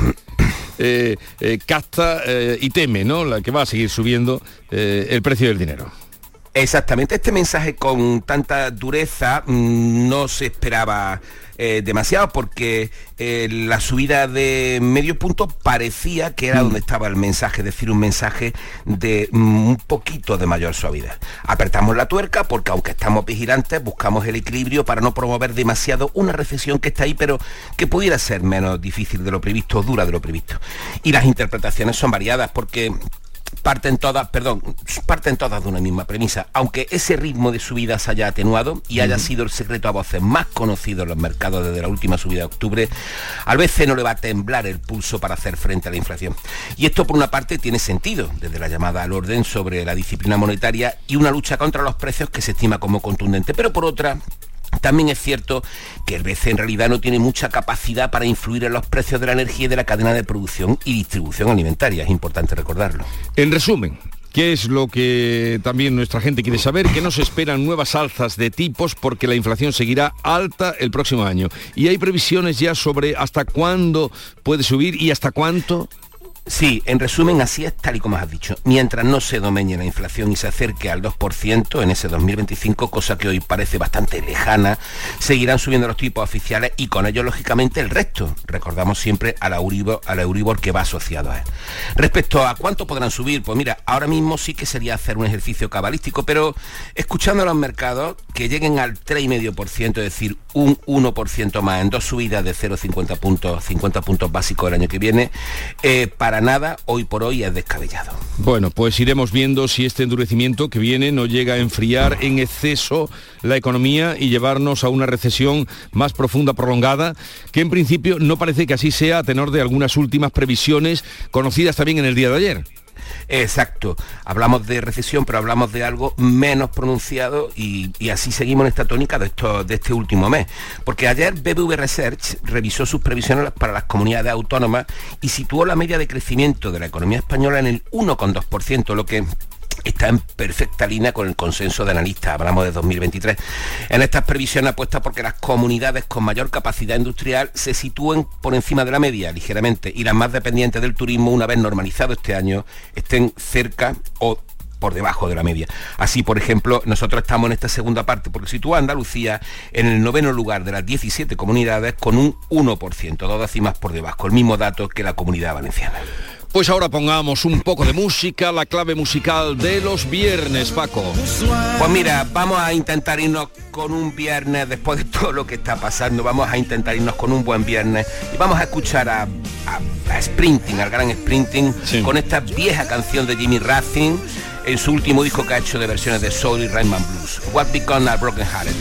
eh, eh, capta eh, y teme, ¿no? La que va a seguir subiendo eh, el precio del dinero. Exactamente, este mensaje con tanta dureza mmm, no se esperaba eh, demasiado, porque eh, la subida de medio punto parecía que era mm. donde estaba el mensaje, es decir, un mensaje de mm, un poquito de mayor suavidad. Apretamos la tuerca porque aunque estamos vigilantes, buscamos el equilibrio para no promover demasiado una recesión que está ahí, pero que pudiera ser menos difícil de lo previsto, dura de lo previsto. Y las interpretaciones son variadas porque parten todas, perdón, parten todas de una misma premisa. Aunque ese ritmo de subida se haya atenuado y haya sido el secreto a voces más conocido en los mercados desde la última subida de octubre, al B C E no le va a temblar el pulso para hacer frente a la inflación. Y esto por una parte tiene sentido, desde la llamada al orden sobre la disciplina monetaria y una lucha contra los precios que se estima como contundente, pero por otra, también es cierto que el B C E en realidad no tiene mucha capacidad para influir en los precios de la energía y de la cadena de producción y distribución alimentaria, es importante recordarlo. En resumen, ¿qué es lo que también nuestra gente quiere saber? Que no se esperan nuevas alzas de tipos porque la inflación seguirá alta el próximo año. Y hay previsiones ya sobre hasta cuándo puede subir y hasta cuánto. Sí, en resumen, así es tal y como has dicho. Mientras no se domeñe la inflación y se acerque al dos por ciento en ese dos mil veinticinco, cosa que hoy parece bastante lejana, seguirán subiendo los tipos oficiales y con ello, lógicamente, el resto. Recordamos siempre a la Euribor, a la Euribor que va asociado a él. Respecto a cuánto podrán subir, pues mira, ahora mismo sí que sería hacer un ejercicio cabalístico, pero escuchando a los mercados, que lleguen al tres coma cinco por ciento, es decir, un uno por ciento más en dos subidas de cero coma cincuenta puntos, cincuenta puntos básicos el año que viene, eh, para nada, hoy por hoy es descabellado. Bueno, pues iremos viendo si este endurecimiento que viene no llega a enfriar en exceso la economía y llevarnos a una recesión más profunda, prolongada, que en principio no parece que así sea a tenor de algunas últimas previsiones conocidas también en el día de ayer. Exacto, hablamos de recesión, pero hablamos de algo menos pronunciado y, y así seguimos en esta tónica de, esto, de este último mes. Porque ayer B B V Research revisó sus previsiones para las comunidades autónomas y situó la media de crecimiento de la economía española en el uno coma dos por ciento, lo que está en perfecta línea con el consenso de analistas, hablamos de dos mil veintitrés. En estas previsiones apuesta porque las comunidades con mayor capacidad industrial se sitúen por encima de la media, ligeramente, y las más dependientes del turismo, una vez normalizado este año, estén cerca o por debajo de la media. Así, por ejemplo, nosotros estamos en esta segunda parte, porque sitúa a Andalucía en el noveno lugar de las diecisiete comunidades con un uno por ciento, dos décimas por debajo, el mismo dato que la Comunidad Valenciana. Pues ahora pongamos un poco de música, la clave musical de los viernes, Paco. Pues mira, vamos a intentar irnos con un viernes, después de todo lo que está pasando, vamos a intentar irnos con un buen viernes y vamos a escuchar a, a, a Springsteen, al gran Springsteen, sí, con esta vieja canción de Jimmy Racing, en su último disco que ha hecho de versiones de soul y rhythm and blues, What Become a Broken Hearted.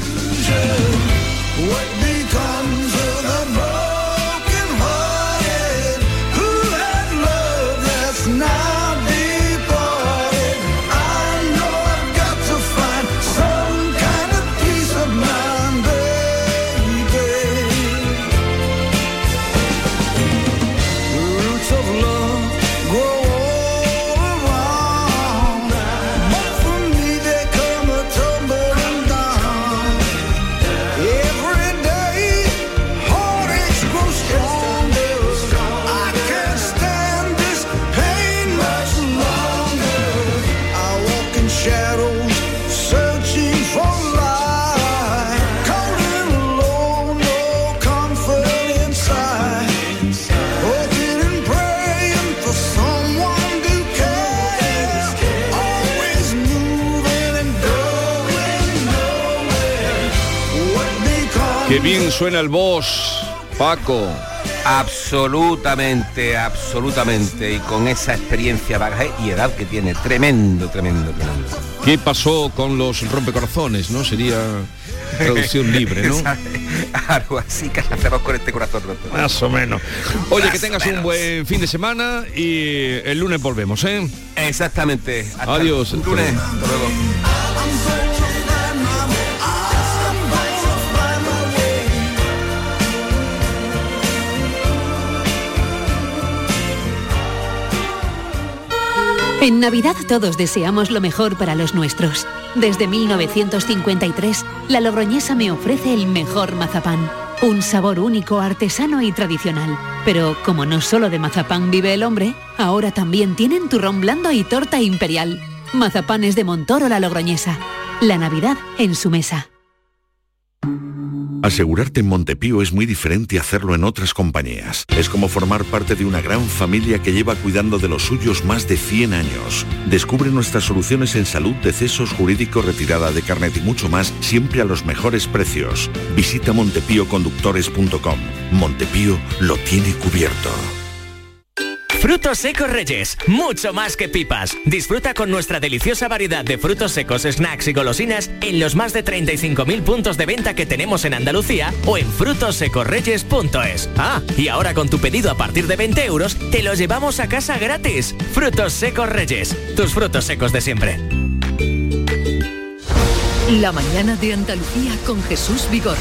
Every day Qué bien suena el boss, Paco. Absolutamente, absolutamente. Y con esa experiencia, bagaje y edad que tiene. Tremendo, tremendo, tremendo. ¿Qué pasó con los rompecorazones, no? Sería traducción libre, ¿no? Algo así que hacemos con este corazón roto. Más o menos. Oye, Más que tengas menos. un buen fin de semana y el lunes volvemos, ¿eh? Exactamente. Hasta Adiós. el lunes. Hasta luego. En Navidad todos deseamos lo mejor para los nuestros. Desde mil novecientos cincuenta y tres, la Logroñesa me ofrece el mejor mazapán. Un sabor único, artesano y tradicional. Pero como no solo de mazapán vive el hombre, ahora también tienen turrón blando y torta imperial. Mazapanes de Montoro la Logroñesa. La Navidad en su mesa. Asegurarte en Montepío es muy diferente a hacerlo en otras compañías. Es como formar parte de una gran familia que lleva cuidando de los suyos más de cien años. Descubre nuestras soluciones en salud, decesos, jurídico, retirada de carnet y mucho más, siempre a los mejores precios. Visita montepío conductores punto com. Montepío lo tiene cubierto. Frutos secos Reyes, mucho más que pipas. Disfruta con nuestra deliciosa variedad de frutos secos, snacks y golosinas en los más de treinta y cinco mil puntos de venta que tenemos en Andalucía o en frutos secos reyes punto es. Ah, y ahora con tu pedido a partir de veinte euros, te los llevamos a casa gratis. Frutos secos Reyes, tus frutos secos de siempre. La mañana de Andalucía con Jesús Vigorra.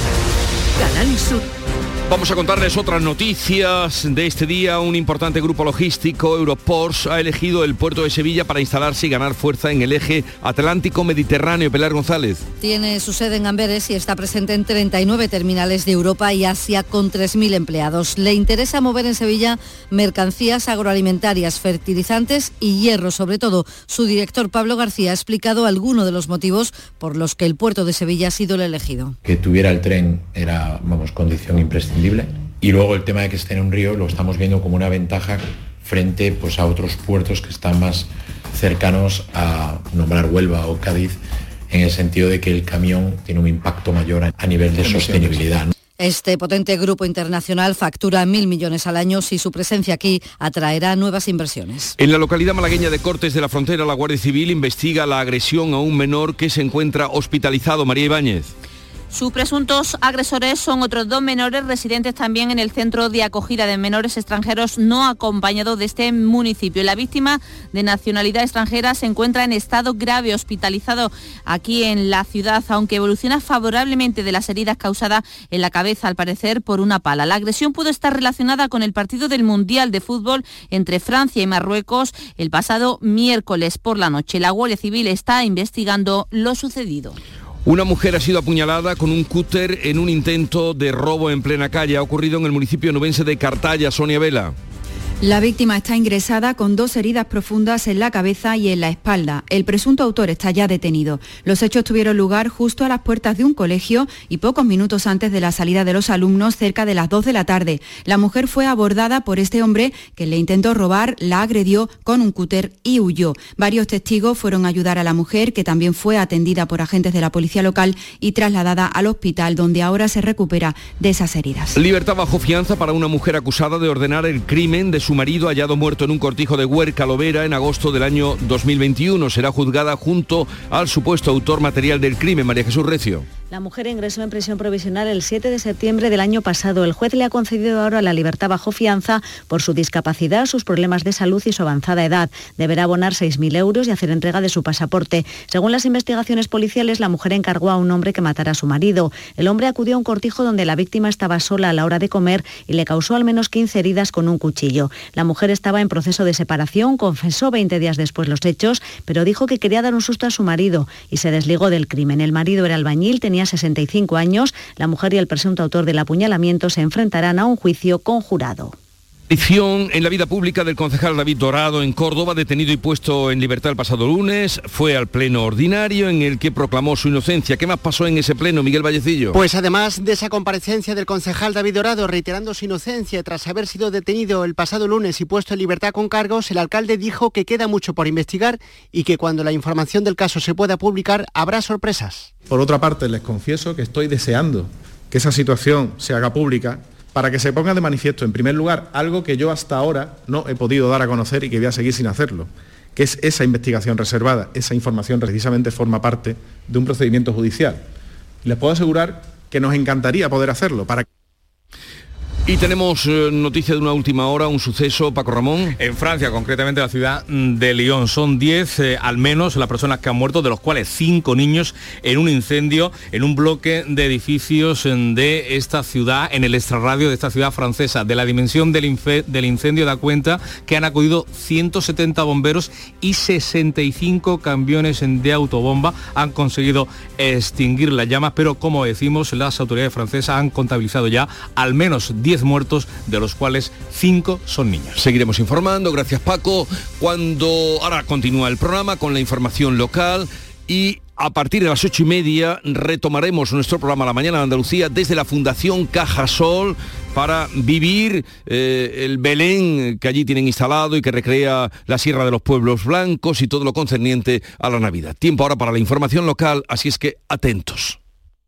Canal Sur. Vamos a contarles otras noticias de este día. Un importante grupo logístico, Euroports, ha elegido el puerto de Sevilla para instalarse y ganar fuerza en el eje Atlántico-Mediterráneo. Pilar González. Tiene su sede en Amberes y está presente en treinta y nueve terminales de Europa y Asia con tres mil empleados. Le interesa mover en Sevilla mercancías agroalimentarias, fertilizantes y hierro. Sobre todo, su director Pablo García ha explicado algunos de los motivos por los que el puerto de Sevilla ha sido el elegido. Que tuviera el tren era, vamos, condición imprescindible. Y luego el tema de que esté en un río lo estamos viendo como una ventaja frente pues, a otros puertos que están más cercanos a nombrar Huelva o Cádiz, en el sentido de que el camión tiene un impacto mayor a, a nivel de sostenibilidad, ¿no? Este potente grupo internacional factura mil millones al año y su presencia aquí atraerá nuevas inversiones. En la localidad malagueña de Cortes de la Frontera, la Guardia Civil investiga la agresión a un menor que se encuentra hospitalizado. María Ibáñez. Sus presuntos agresores son otros dos menores residentes también en el centro de acogida de menores extranjeros no acompañados de este municipio. La víctima de nacionalidad extranjera se encuentra en estado grave, hospitalizado aquí en la ciudad, aunque evoluciona favorablemente de las heridas causadas en la cabeza, al parecer por una pala. La agresión pudo estar relacionada con el partido del Mundial de Fútbol entre Francia y Marruecos el pasado miércoles por la noche. La Guardia Civil está investigando lo sucedido. Una mujer ha sido apuñalada con un cúter en un intento de robo en plena calle. Ha ocurrido en el municipio nubense de Cartaya. Sonia Vela. La víctima está ingresada con dos heridas profundas en la cabeza y en la espalda. El presunto autor está ya detenido. Los hechos tuvieron lugar justo a las puertas de un colegio y pocos minutos antes de la salida de los alumnos, cerca de las dos de la tarde. La mujer fue abordada por este hombre que le intentó robar, la agredió con un cúter y huyó. Varios testigos fueron a ayudar a la mujer, que también fue atendida por agentes de la policía local y trasladada al hospital, donde ahora se recupera de esas heridas. Libertad bajo fianza para una mujer acusada de ordenar el crimen de su marido hallado muerto en un cortijo de Huerca Lovera en agosto del año dos mil veintiuno. Será juzgada junto al supuesto autor material del crimen. María Jesús Recio. La mujer ingresó en prisión provisional el siete de septiembre del año pasado. El juez le ha concedido ahora la libertad bajo fianza por su discapacidad, sus problemas de salud y su avanzada edad. Deberá abonar seis mil euros y hacer entrega de su pasaporte. Según las investigaciones policiales, la mujer encargó a un hombre que matara a su marido. El hombre acudió a un cortijo donde la víctima estaba sola a la hora de comer y le causó al menos quince heridas con un cuchillo. La mujer estaba en proceso de separación, confesó veinte días después los hechos, pero dijo que quería dar un susto a su marido y se desligó del crimen. El marido era albañil, tenía sesenta y cinco años. La mujer y el presunto autor del apuñalamiento se enfrentarán a un juicio conjurado. Edición en la vida pública del concejal David Dorado en Córdoba, detenido y puesto en libertad el pasado lunes, fue al pleno ordinario en el que proclamó su inocencia. ¿Qué más pasó en ese pleno, Miguel Vallecillo? Pues además de esa comparecencia del concejal David Dorado reiterando su inocencia tras haber sido detenido el pasado lunes y puesto en libertad con cargos, el alcalde dijo que queda mucho por investigar y que cuando la información del caso se pueda publicar habrá sorpresas. Por otra parte, les confieso que estoy deseando que esa situación se haga pública para que se ponga de manifiesto, en primer lugar, algo que yo hasta ahora no he podido dar a conocer y que voy a seguir sin hacerlo, que es esa investigación reservada. Esa información precisamente forma parte de un procedimiento judicial. Les puedo asegurar que nos encantaría poder hacerlo para que... Y tenemos eh, noticia de una última hora, un suceso, Paco Ramón. En Francia, concretamente la ciudad de Lyon. Son diez eh, al menos las personas que han muerto, de los cuales cinco niños, en un incendio en un bloque de edificios de esta ciudad, en el extrarradio de esta ciudad francesa. De la dimensión del, infe- del incendio da cuenta que han acudido ciento setenta bomberos y sesenta y cinco camiones de autobomba. Han conseguido extinguir las llamas, pero como decimos, las autoridades francesas han contabilizado ya al menos diez muertos, de los cuales cinco son niños. Seguiremos informando, gracias Paco. Cuando ahora continúa el programa con la información local y a partir de las ocho y media retomaremos nuestro programa La Mañana de Andalucía desde la Fundación Cajasol para vivir eh, el Belén que allí tienen instalado y que recrea la Sierra de los Pueblos Blancos y todo lo concerniente a la Navidad. Tiempo ahora para la información local, así es que atentos.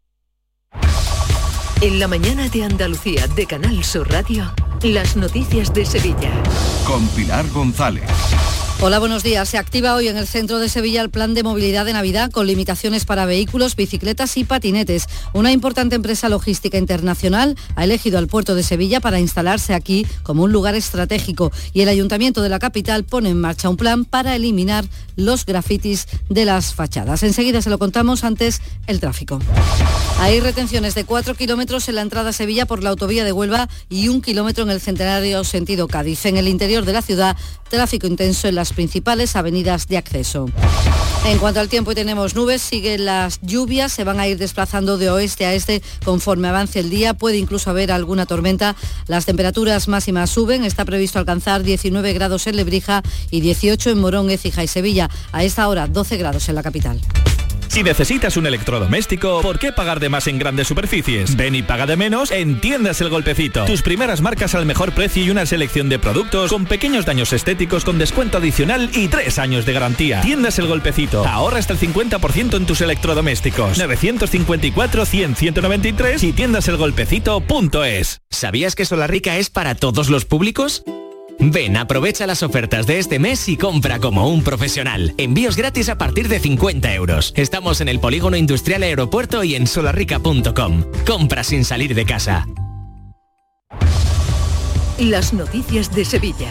En la Mañana de Andalucía de Canal Sur Radio, las noticias de Sevilla. Con Pilar González. Hola, buenos días. Se activa hoy en el centro de Sevilla el plan de movilidad de Navidad con limitaciones para vehículos, bicicletas y patinetes. Una importante empresa logística internacional ha elegido al puerto de Sevilla para instalarse aquí como un lugar estratégico y el Ayuntamiento de la capital pone en marcha un plan para eliminar los grafitis de las fachadas. Enseguida se lo contamos, antes el tráfico. Hay retenciones de cuatro kilómetros en la entrada a Sevilla por la autovía de Huelva y un kilómetro en el Centenario sentido Cádiz. En el interior de la ciudad, tráfico intenso en las principales avenidas de acceso. En cuanto al tiempo, tenemos nubes, siguen las lluvias, se van a ir desplazando de oeste a este conforme avance el día, puede incluso haber alguna tormenta. Las temperaturas máximas suben, está previsto alcanzar diecinueve grados en Lebrija y dieciocho en Morón, Écija y Sevilla. A esta hora, doce grados en la capital. Si necesitas un electrodoméstico, ¿por qué pagar de más en grandes superficies? Ven y paga de menos en Tiendas El Golpecito. Tus primeras marcas al mejor precio y una selección de productos con pequeños daños estéticos con descuento adicional y tres años de garantía. Tiendas El Golpecito. Ahorra hasta el cincuenta por ciento en tus electrodomésticos. novecientos cincuenta y cuatro, cien, ciento noventa y tres y tiendas el golpecito punto es. ¿Sabías que Solarrica es para todos los públicos? Ven, aprovecha las ofertas de este mes y compra como un profesional. Envíos gratis a partir de cincuenta euros. Estamos en el Polígono Industrial Aeropuerto y en solarrica punto com. Compra sin salir de casa. Las noticias de Sevilla.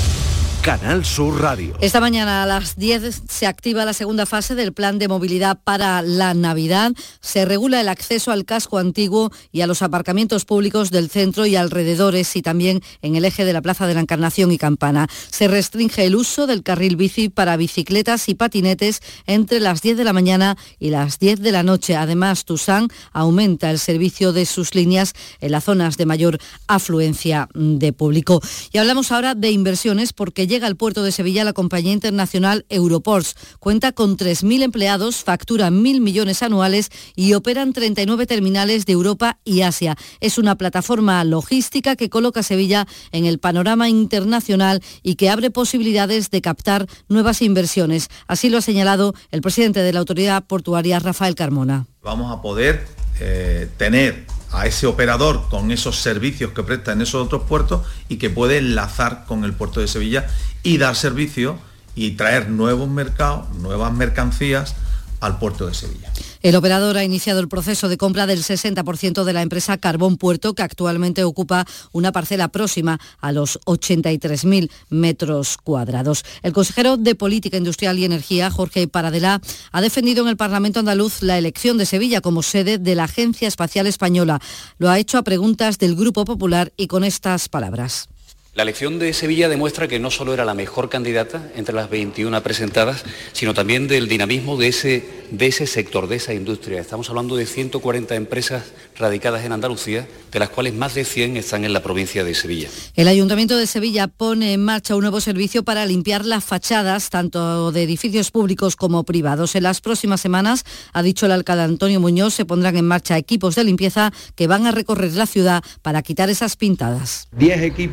Canal Sur Radio. Esta mañana a las diez se activa la segunda fase del plan de movilidad para la Navidad. Se regula el acceso al casco antiguo y a los aparcamientos públicos del centro y alrededores y también en el eje de la Plaza de la Encarnación y Campana. Se restringe el uso del carril bici para bicicletas y patinetes entre las diez de la mañana y las diez de la noche. Además, Tusán aumenta el servicio de sus líneas en las zonas de mayor afluencia de público. Y hablamos ahora de inversiones porque llega al puerto de Sevilla la compañía internacional Euroports. Cuenta con tres mil empleados, factura mil millones anuales y operan treinta y nueve terminales de Europa y Asia. Es una plataforma logística que coloca a Sevilla en el panorama internacional y que abre posibilidades de captar nuevas inversiones. Así lo ha señalado el presidente de la autoridad portuaria, Rafael Carmona. Vamos a poder eh, tener a ese operador con esos servicios que presta en esos otros puertos y que puede enlazar con el puerto de Sevilla y dar servicio y traer nuevos mercados, nuevas mercancías al puerto de Sevilla. El operador ha iniciado el proceso de compra del sesenta por ciento de la empresa Carbón Puerto, que actualmente ocupa una parcela próxima a los ochenta y tres mil metros cuadrados. El consejero de Política Industrial y Energía, Jorge Paradela, ha defendido en el Parlamento andaluz la elección de Sevilla como sede de la Agencia Espacial Española. Lo ha hecho a preguntas del Grupo Popular y con estas palabras. La elección de Sevilla demuestra que no solo era la mejor candidata entre las veintiuna presentadas, sino también del dinamismo de ese, de ese sector, de esa industria. Estamos hablando de ciento cuarenta empresas radicadas en Andalucía, de las cuales más de cien están en la provincia de Sevilla. El Ayuntamiento de Sevilla pone en marcha un nuevo servicio para limpiar las fachadas, tanto de edificios públicos como privados. En las próximas semanas, ha dicho el alcalde Antonio Muñoz, se pondrán en marcha equipos de limpieza que van a recorrer la ciudad para quitar esas pintadas. diez equipos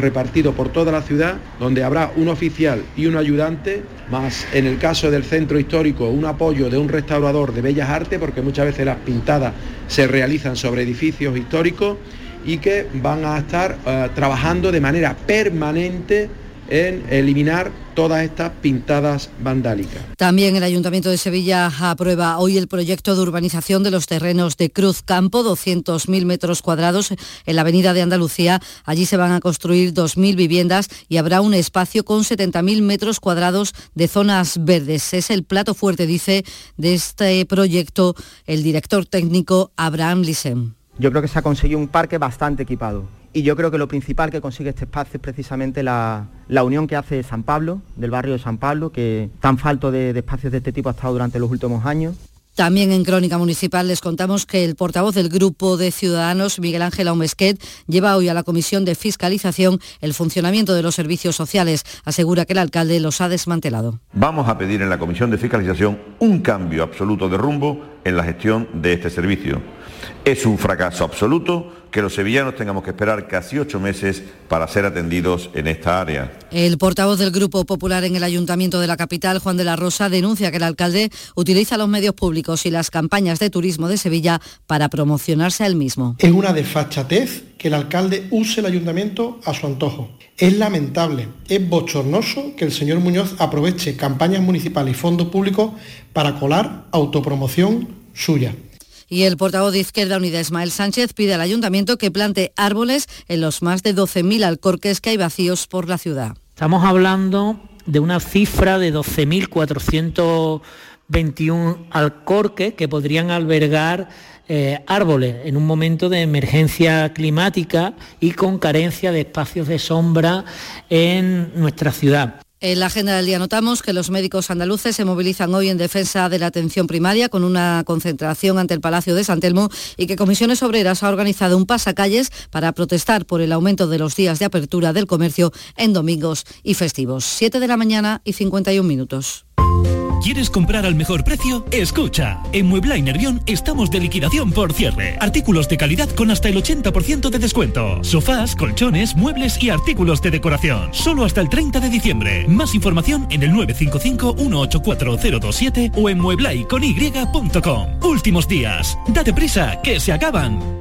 repartido por toda la ciudad, donde habrá un oficial y un ayudante, más en el caso del centro histórico un apoyo de un restaurador de bellas artes, porque muchas veces las pintadas se realizan sobre edificios históricos, y que van a estar uh, trabajando de manera permanente en eliminar todas estas pintadas vandálicas. También el Ayuntamiento de Sevilla aprueba hoy el proyecto de urbanización de los terrenos de Cruz Campo, doscientos mil metros cuadrados en la avenida de Andalucía. Allí se van a construir dos mil viviendas y habrá un espacio con setenta mil metros cuadrados de zonas verdes. Es el plato fuerte, dice, de este proyecto el director técnico Abraham Lissem. Yo creo que se ha conseguido un parque bastante equipado. Y yo creo que lo principal que consigue este espacio es precisamente la, la unión que hace San Pablo, del barrio de San Pablo, que tan falto de, de espacios de este tipo ha estado durante los últimos años. También en Crónica Municipal les contamos que el portavoz del Grupo de Ciudadanos, Miguel Ángel Aumesquet, lleva hoy a la Comisión de Fiscalización el funcionamiento de los servicios sociales. Asegura que el alcalde los ha desmantelado. Vamos a pedir en la Comisión de Fiscalización un cambio absoluto de rumbo en la gestión de este servicio. Es un fracaso absoluto que los sevillanos tengamos que esperar casi ocho meses para ser atendidos en esta área. El portavoz del Grupo Popular en el Ayuntamiento de la capital, Juan de la Rosa, denuncia que el alcalde utiliza los medios públicos y las campañas de turismo de Sevilla para promocionarse a él mismo. Es una desfachatez que el alcalde use el ayuntamiento a su antojo. Es lamentable, es bochornoso que el señor Muñoz aproveche campañas municipales y fondos públicos para colar autopromoción suya. Y el portavoz de Izquierda Unida, Ismael Sánchez, pide al Ayuntamiento que plante árboles en los más de doce mil alcorques que hay vacíos por la ciudad. Estamos hablando de una cifra de doce mil cuatrocientos veintiuno alcorques que podrían albergar eh, árboles en un momento de emergencia climática y con carencia de espacios de sombra en nuestra ciudad. En la agenda del día notamos que los médicos andaluces se movilizan hoy en defensa de la atención primaria con una concentración ante el Palacio de San Telmo y que Comisiones Obreras ha organizado un pasacalles para protestar por el aumento de los días de apertura del comercio en domingos y festivos. siete de la mañana y cincuenta y un minutos. ¿Quieres comprar al mejor precio? Escucha, en Muebla y Nervión estamos de liquidación por cierre. Artículos de calidad con hasta el ochenta por ciento de descuento. Sofás, colchones, muebles y artículos de decoración. Solo hasta el treinta de diciembre. Más información en el nueve cinco cinco, uno ocho cuatro cero dos siete o en mueblay con y punto com. Últimos días. Date prisa, que se acaban.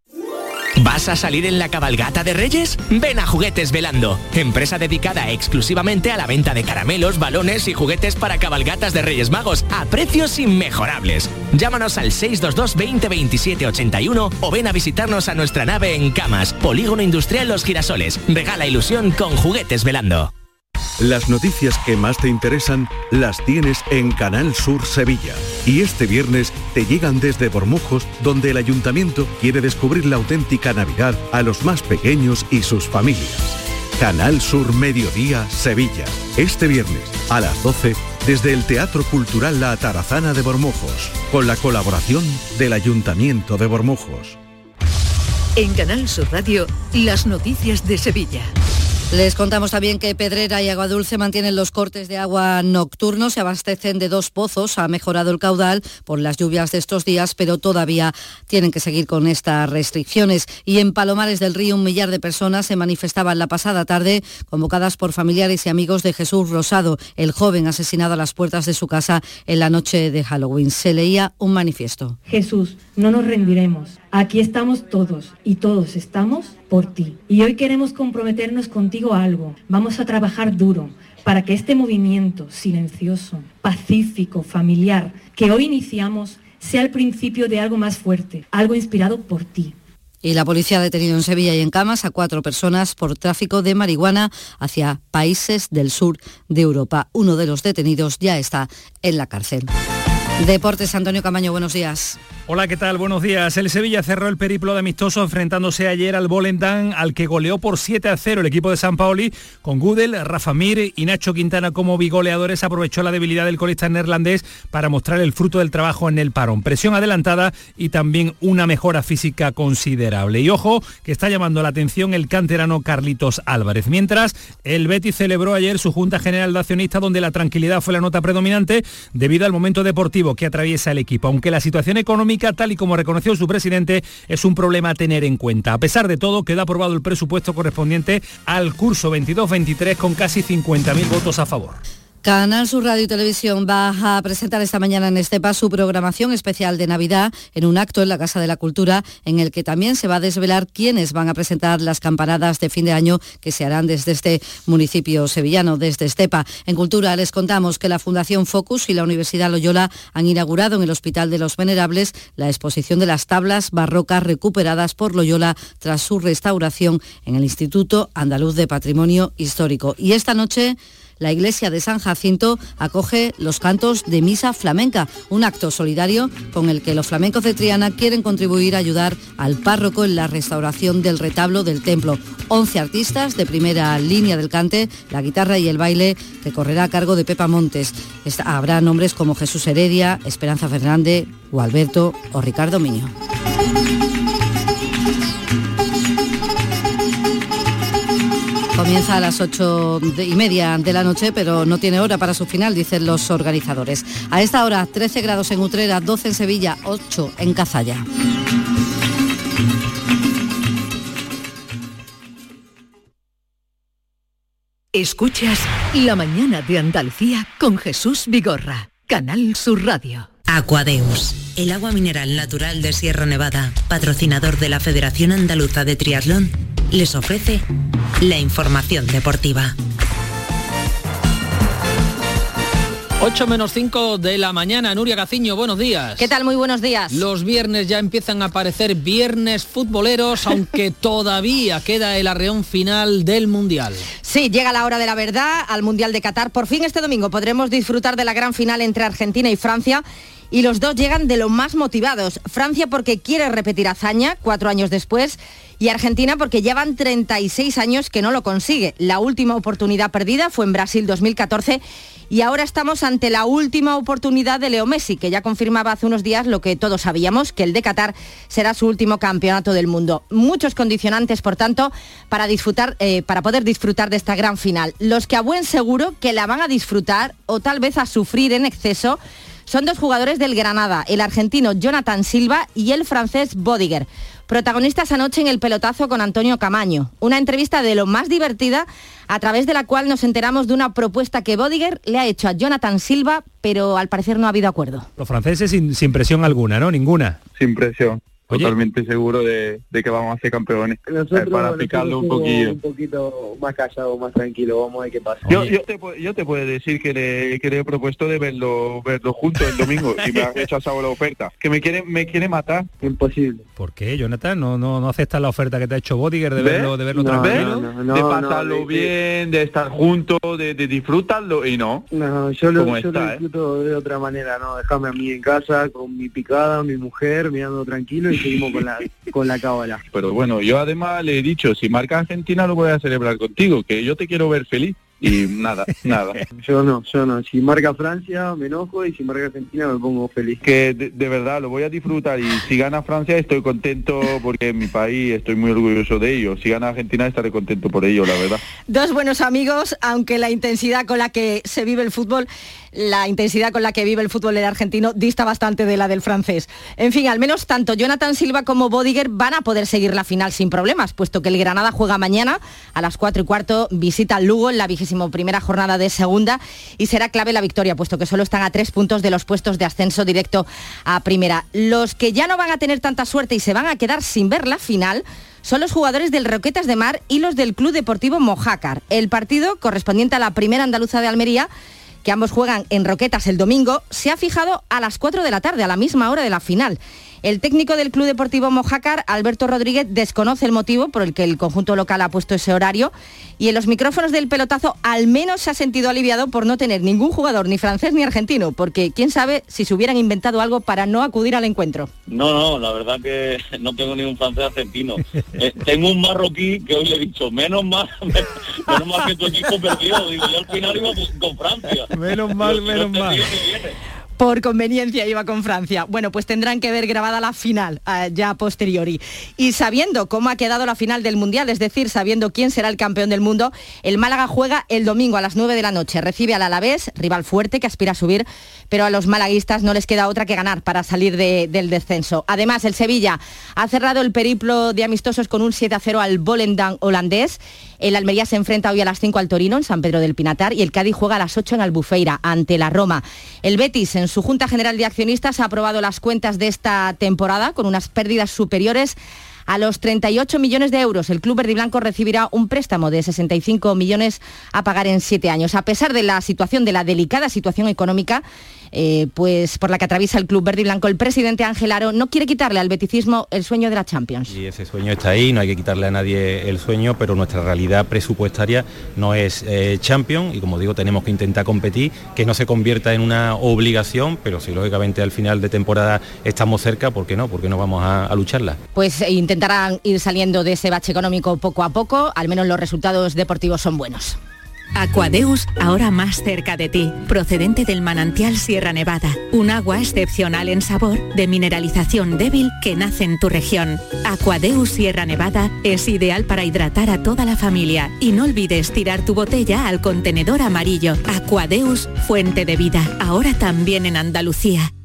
¿Vas a salir en la cabalgata de Reyes? Ven a Juguetes Velando, empresa dedicada exclusivamente a la venta de caramelos, balones y juguetes para cabalgatas de Reyes Magos a precios inmejorables. Llámanos al seis dos dos, veinte, veintisiete, ochenta y uno o ven a visitarnos a nuestra nave en Camas, Polígono Industrial Los Girasoles. Regala ilusión con Juguetes Velando. Las noticias que más te interesan las tienes en Canal Sur Sevilla. Y este viernes te llegan desde Bormujos, donde el Ayuntamiento quiere descubrir la auténtica Navidad a los más pequeños y sus familias. Canal Sur Mediodía Sevilla. Este viernes a las doce desde el Teatro Cultural La Atarazana de Bormujos, con la colaboración del Ayuntamiento de Bormujos. En Canal Sur Radio, las noticias de Sevilla. Les contamos también que Pedrera y Aguadulce mantienen los cortes de agua nocturnos, se abastecen de dos pozos, ha mejorado el caudal por las lluvias de estos días, pero todavía tienen que seguir con estas restricciones. Y en Palomares del Río un millar de personas se manifestaban la pasada tarde, convocadas por familiares y amigos de Jesús Rosado, el joven asesinado a las puertas de su casa en la noche de Halloween. Se leía un manifiesto. Jesús, no nos rendiremos. Aquí estamos todos y todos estamos por ti. Y hoy queremos comprometernos contigo a algo. Vamos a trabajar duro para que este movimiento silencioso, pacífico, familiar, que hoy iniciamos, sea el principio de algo más fuerte, algo inspirado por ti. Y la policía ha detenido en Sevilla y en Camas a cuatro personas por tráfico de marihuana hacia países del sur de Europa. Uno de los detenidos ya está en la cárcel. Deportes, Antonio Camaño, buenos días. Hola, ¿qué tal? Buenos días. El Sevilla cerró el periplo de amistoso enfrentándose ayer al Volendam, al que goleó por siete a cero el equipo de San Paoli, con Gudel, Rafa Mir y Nacho Quintana como bigoleadores. Aprovechó la debilidad del colista neerlandés para mostrar el fruto del trabajo en el parón. Presión adelantada y también una mejora física considerable. Y ojo, que está llamando la atención el canterano Carlitos Álvarez. Mientras, el Betis celebró ayer su Junta General de Accionistas, donde la tranquilidad fue la nota predominante debido al momento deportivo que atraviesa el equipo. Aunque la situación económica económica, tal y como reconoció su presidente, es un problema a tener en cuenta. A pesar de todo, queda aprobado el presupuesto correspondiente al curso veintidós veintitrés con casi cincuenta mil votos a favor. Canal Sur Radio y Televisión va a presentar esta mañana en Estepa su programación especial de Navidad en un acto en la Casa de la Cultura en el que también se va a desvelar quiénes van a presentar las campanadas de fin de año que se harán desde este municipio sevillano, desde Estepa. En Cultura les contamos que la Fundación Focus y la Universidad Loyola han inaugurado en el Hospital de los Venerables la exposición de las tablas barrocas recuperadas por Loyola tras su restauración en el Instituto Andaluz de Patrimonio Histórico. Y esta noche la iglesia de San Jacinto acoge los cantos de misa flamenca, un acto solidario con el que los flamencos de Triana quieren contribuir a ayudar al párroco en la restauración del retablo del templo. once artistas de primera línea del cante, la guitarra y el baile, que correrá a cargo de Pepa Montes. Esta, habrá nombres como Jesús Heredia, Esperanza Fernández, o Alberto o Ricardo Miño. Comienza a las ocho y media de la noche, pero no tiene hora para su final, dicen los organizadores. A esta hora, trece grados en Utrera, doce en Sevilla, ocho en Cazalla. Escuchas La Mañana de Andalucía con Jesús Vigorra, Canal Sur Radio. Aquadeus, el agua mineral natural de Sierra Nevada, patrocinador de la Federación Andaluza de Triatlón, les ofrece la información deportiva. ocho menos cinco de la mañana, Nuria Gaciño, buenos días. ¿Qué tal? Muy buenos días. Los viernes ya empiezan a aparecer viernes futboleros, aunque todavía queda el arreón final del Mundial. Sí, llega la hora de la verdad al Mundial de Qatar. Por fin este domingo podremos disfrutar de la gran final entre Argentina y Francia. Y los dos llegan de lo más motivados. Francia porque quiere repetir hazaña cuatro años después y Argentina porque llevan treinta y seis años que no lo consigue. La última oportunidad perdida fue en Brasil dos mil catorce y ahora estamos ante la última oportunidad de Leo Messi, que ya confirmaba hace unos días lo que todos sabíamos, que el de Qatar será su último campeonato del mundo. Muchos condicionantes, por tanto, para disfrutar, eh, para poder disfrutar de esta gran final. Los que a buen seguro que la van a disfrutar o tal vez a sufrir en exceso son dos jugadores del Granada, el argentino Jonathan Silva y el francés Bodiger. Protagonistas anoche en el pelotazo con Antonio Camaño. Una entrevista de lo más divertida, a través de la cual nos enteramos de una propuesta que Bodiger le ha hecho a Jonathan Silva, pero al parecer no ha habido acuerdo. Los franceses sin, sin presión alguna, ¿no? Ninguna. Sin presión. Oye. Totalmente seguro de, de que vamos a ser campeones. Nosotros, eh, para picarlo un poquillo. Un poquito más callado, más tranquilo, vamos a ver qué pasa. Yo, yo, te, yo te puedo decir que le, que le he propuesto de verlo verlo juntos el domingo y me han rechazado la oferta. Que me quiere me quiere matar. Imposible. ¿Por qué, Jonathan? ¿No no no aceptas la oferta que te ha hecho Bodiger de verlo, de verlo no, tranquilo? No, no, no, de pasarlo no, de, bien, de estar juntos, de, de disfrutarlo y no. No, yo lo, yo está, lo disfruto eh? de otra manera, ¿no? Dejarme a mí en casa con mi picada, mi mujer, mirando tranquilo y seguimos con la con la cábala. Pero bueno, yo además le he dicho, si marca Argentina lo voy a celebrar contigo, que yo te quiero ver feliz. Y nada, nada. Yo no, yo no. Si marca Francia me enojo y si marca Argentina me pongo feliz. Que de, de verdad lo voy a disfrutar y si gana Francia estoy contento porque en mi país estoy muy orgulloso de ello. Si gana Argentina estaré contento por ello, la verdad. Dos buenos amigos, aunque la intensidad con la que se vive el fútbol, la intensidad con la que vive el fútbol del argentino dista bastante de la del francés. En fin, al menos tanto Jonathan Silva como Bodiger van a poder seguir la final sin problemas, puesto que el Granada juega mañana a las cuatro y cuarto, visita al Lugo en la vigésima primera jornada de segunda y será clave la victoria, puesto que solo están a tres puntos de los puestos de ascenso directo a primera. Los que ya no van a tener tanta suerte y se van a quedar sin ver la final son los jugadores del Roquetas de Mar y los del Club Deportivo Mojácar. El partido correspondiente a la primera andaluza de Almería, que ambos juegan en Roquetas el domingo, se ha fijado a las cuatro de la tarde, a la misma hora de la final. El técnico del Club Deportivo Mojácar, Alberto Rodríguez, desconoce el motivo por el que el conjunto local ha puesto ese horario y en los micrófonos del pelotazo al menos se ha sentido aliviado por no tener ningún jugador ni francés ni argentino, porque quién sabe si se hubieran inventado algo para no acudir al encuentro. No, no, la verdad que no tengo ningún francés argentino. Eh, tengo un marroquí que hoy le he dicho, menos mal, menos mal que tu equipo perdió. Digo, yo al final iba con Francia. Menos mal, Digo, menos no mal. por conveniencia iba con Francia. Bueno, pues tendrán que ver grabada la final, uh, ya a posteriori. Y sabiendo cómo ha quedado la final del Mundial, es decir, sabiendo quién será el campeón del mundo, el Málaga juega el domingo a las nueve de la noche. Recibe al Alavés, rival fuerte que aspira a subir, pero a los malaguistas no les queda otra que ganar para salir de, del descenso. Además, el Sevilla ha cerrado el periplo de amistosos con un siete a cero al Volendam holandés. El Almería se enfrenta hoy a las cinco al Torino en San Pedro del Pinatar y el Cádiz juega a las ocho en Albufeira ante la Roma. El Betis en su Junta General de Accionistas ha aprobado las cuentas de esta temporada con unas pérdidas superiores a los treinta y ocho millones de euros. El club verdiblanco recibirá un préstamo de sesenta y cinco millones a pagar en siete años. A pesar de la situación, de la delicada situación económica, eh, pues por la que atraviesa el club verdiblanco, el presidente Ángel Aro no quiere quitarle al beticismo el sueño de la Champions. Y ese sueño está ahí, no hay que quitarle a nadie el sueño, pero nuestra realidad presupuestaria no es eh, Champions y, como digo, tenemos que intentar competir, que no se convierta en una obligación, pero si lógicamente al final de temporada estamos cerca, ¿por qué no? ¿Por qué no vamos a, a lucharla? Pues eh, intentarán ir saliendo de ese bache económico poco a poco, al menos los resultados deportivos son buenos. Aquadeus, ahora más cerca de ti, procedente del manantial Sierra Nevada, un agua excepcional en sabor, de mineralización débil que nace en tu región. Aquadeus Sierra Nevada es ideal para hidratar a toda la familia y no olvides tirar tu botella al contenedor amarillo. Aquadeus, fuente de vida, ahora también en Andalucía.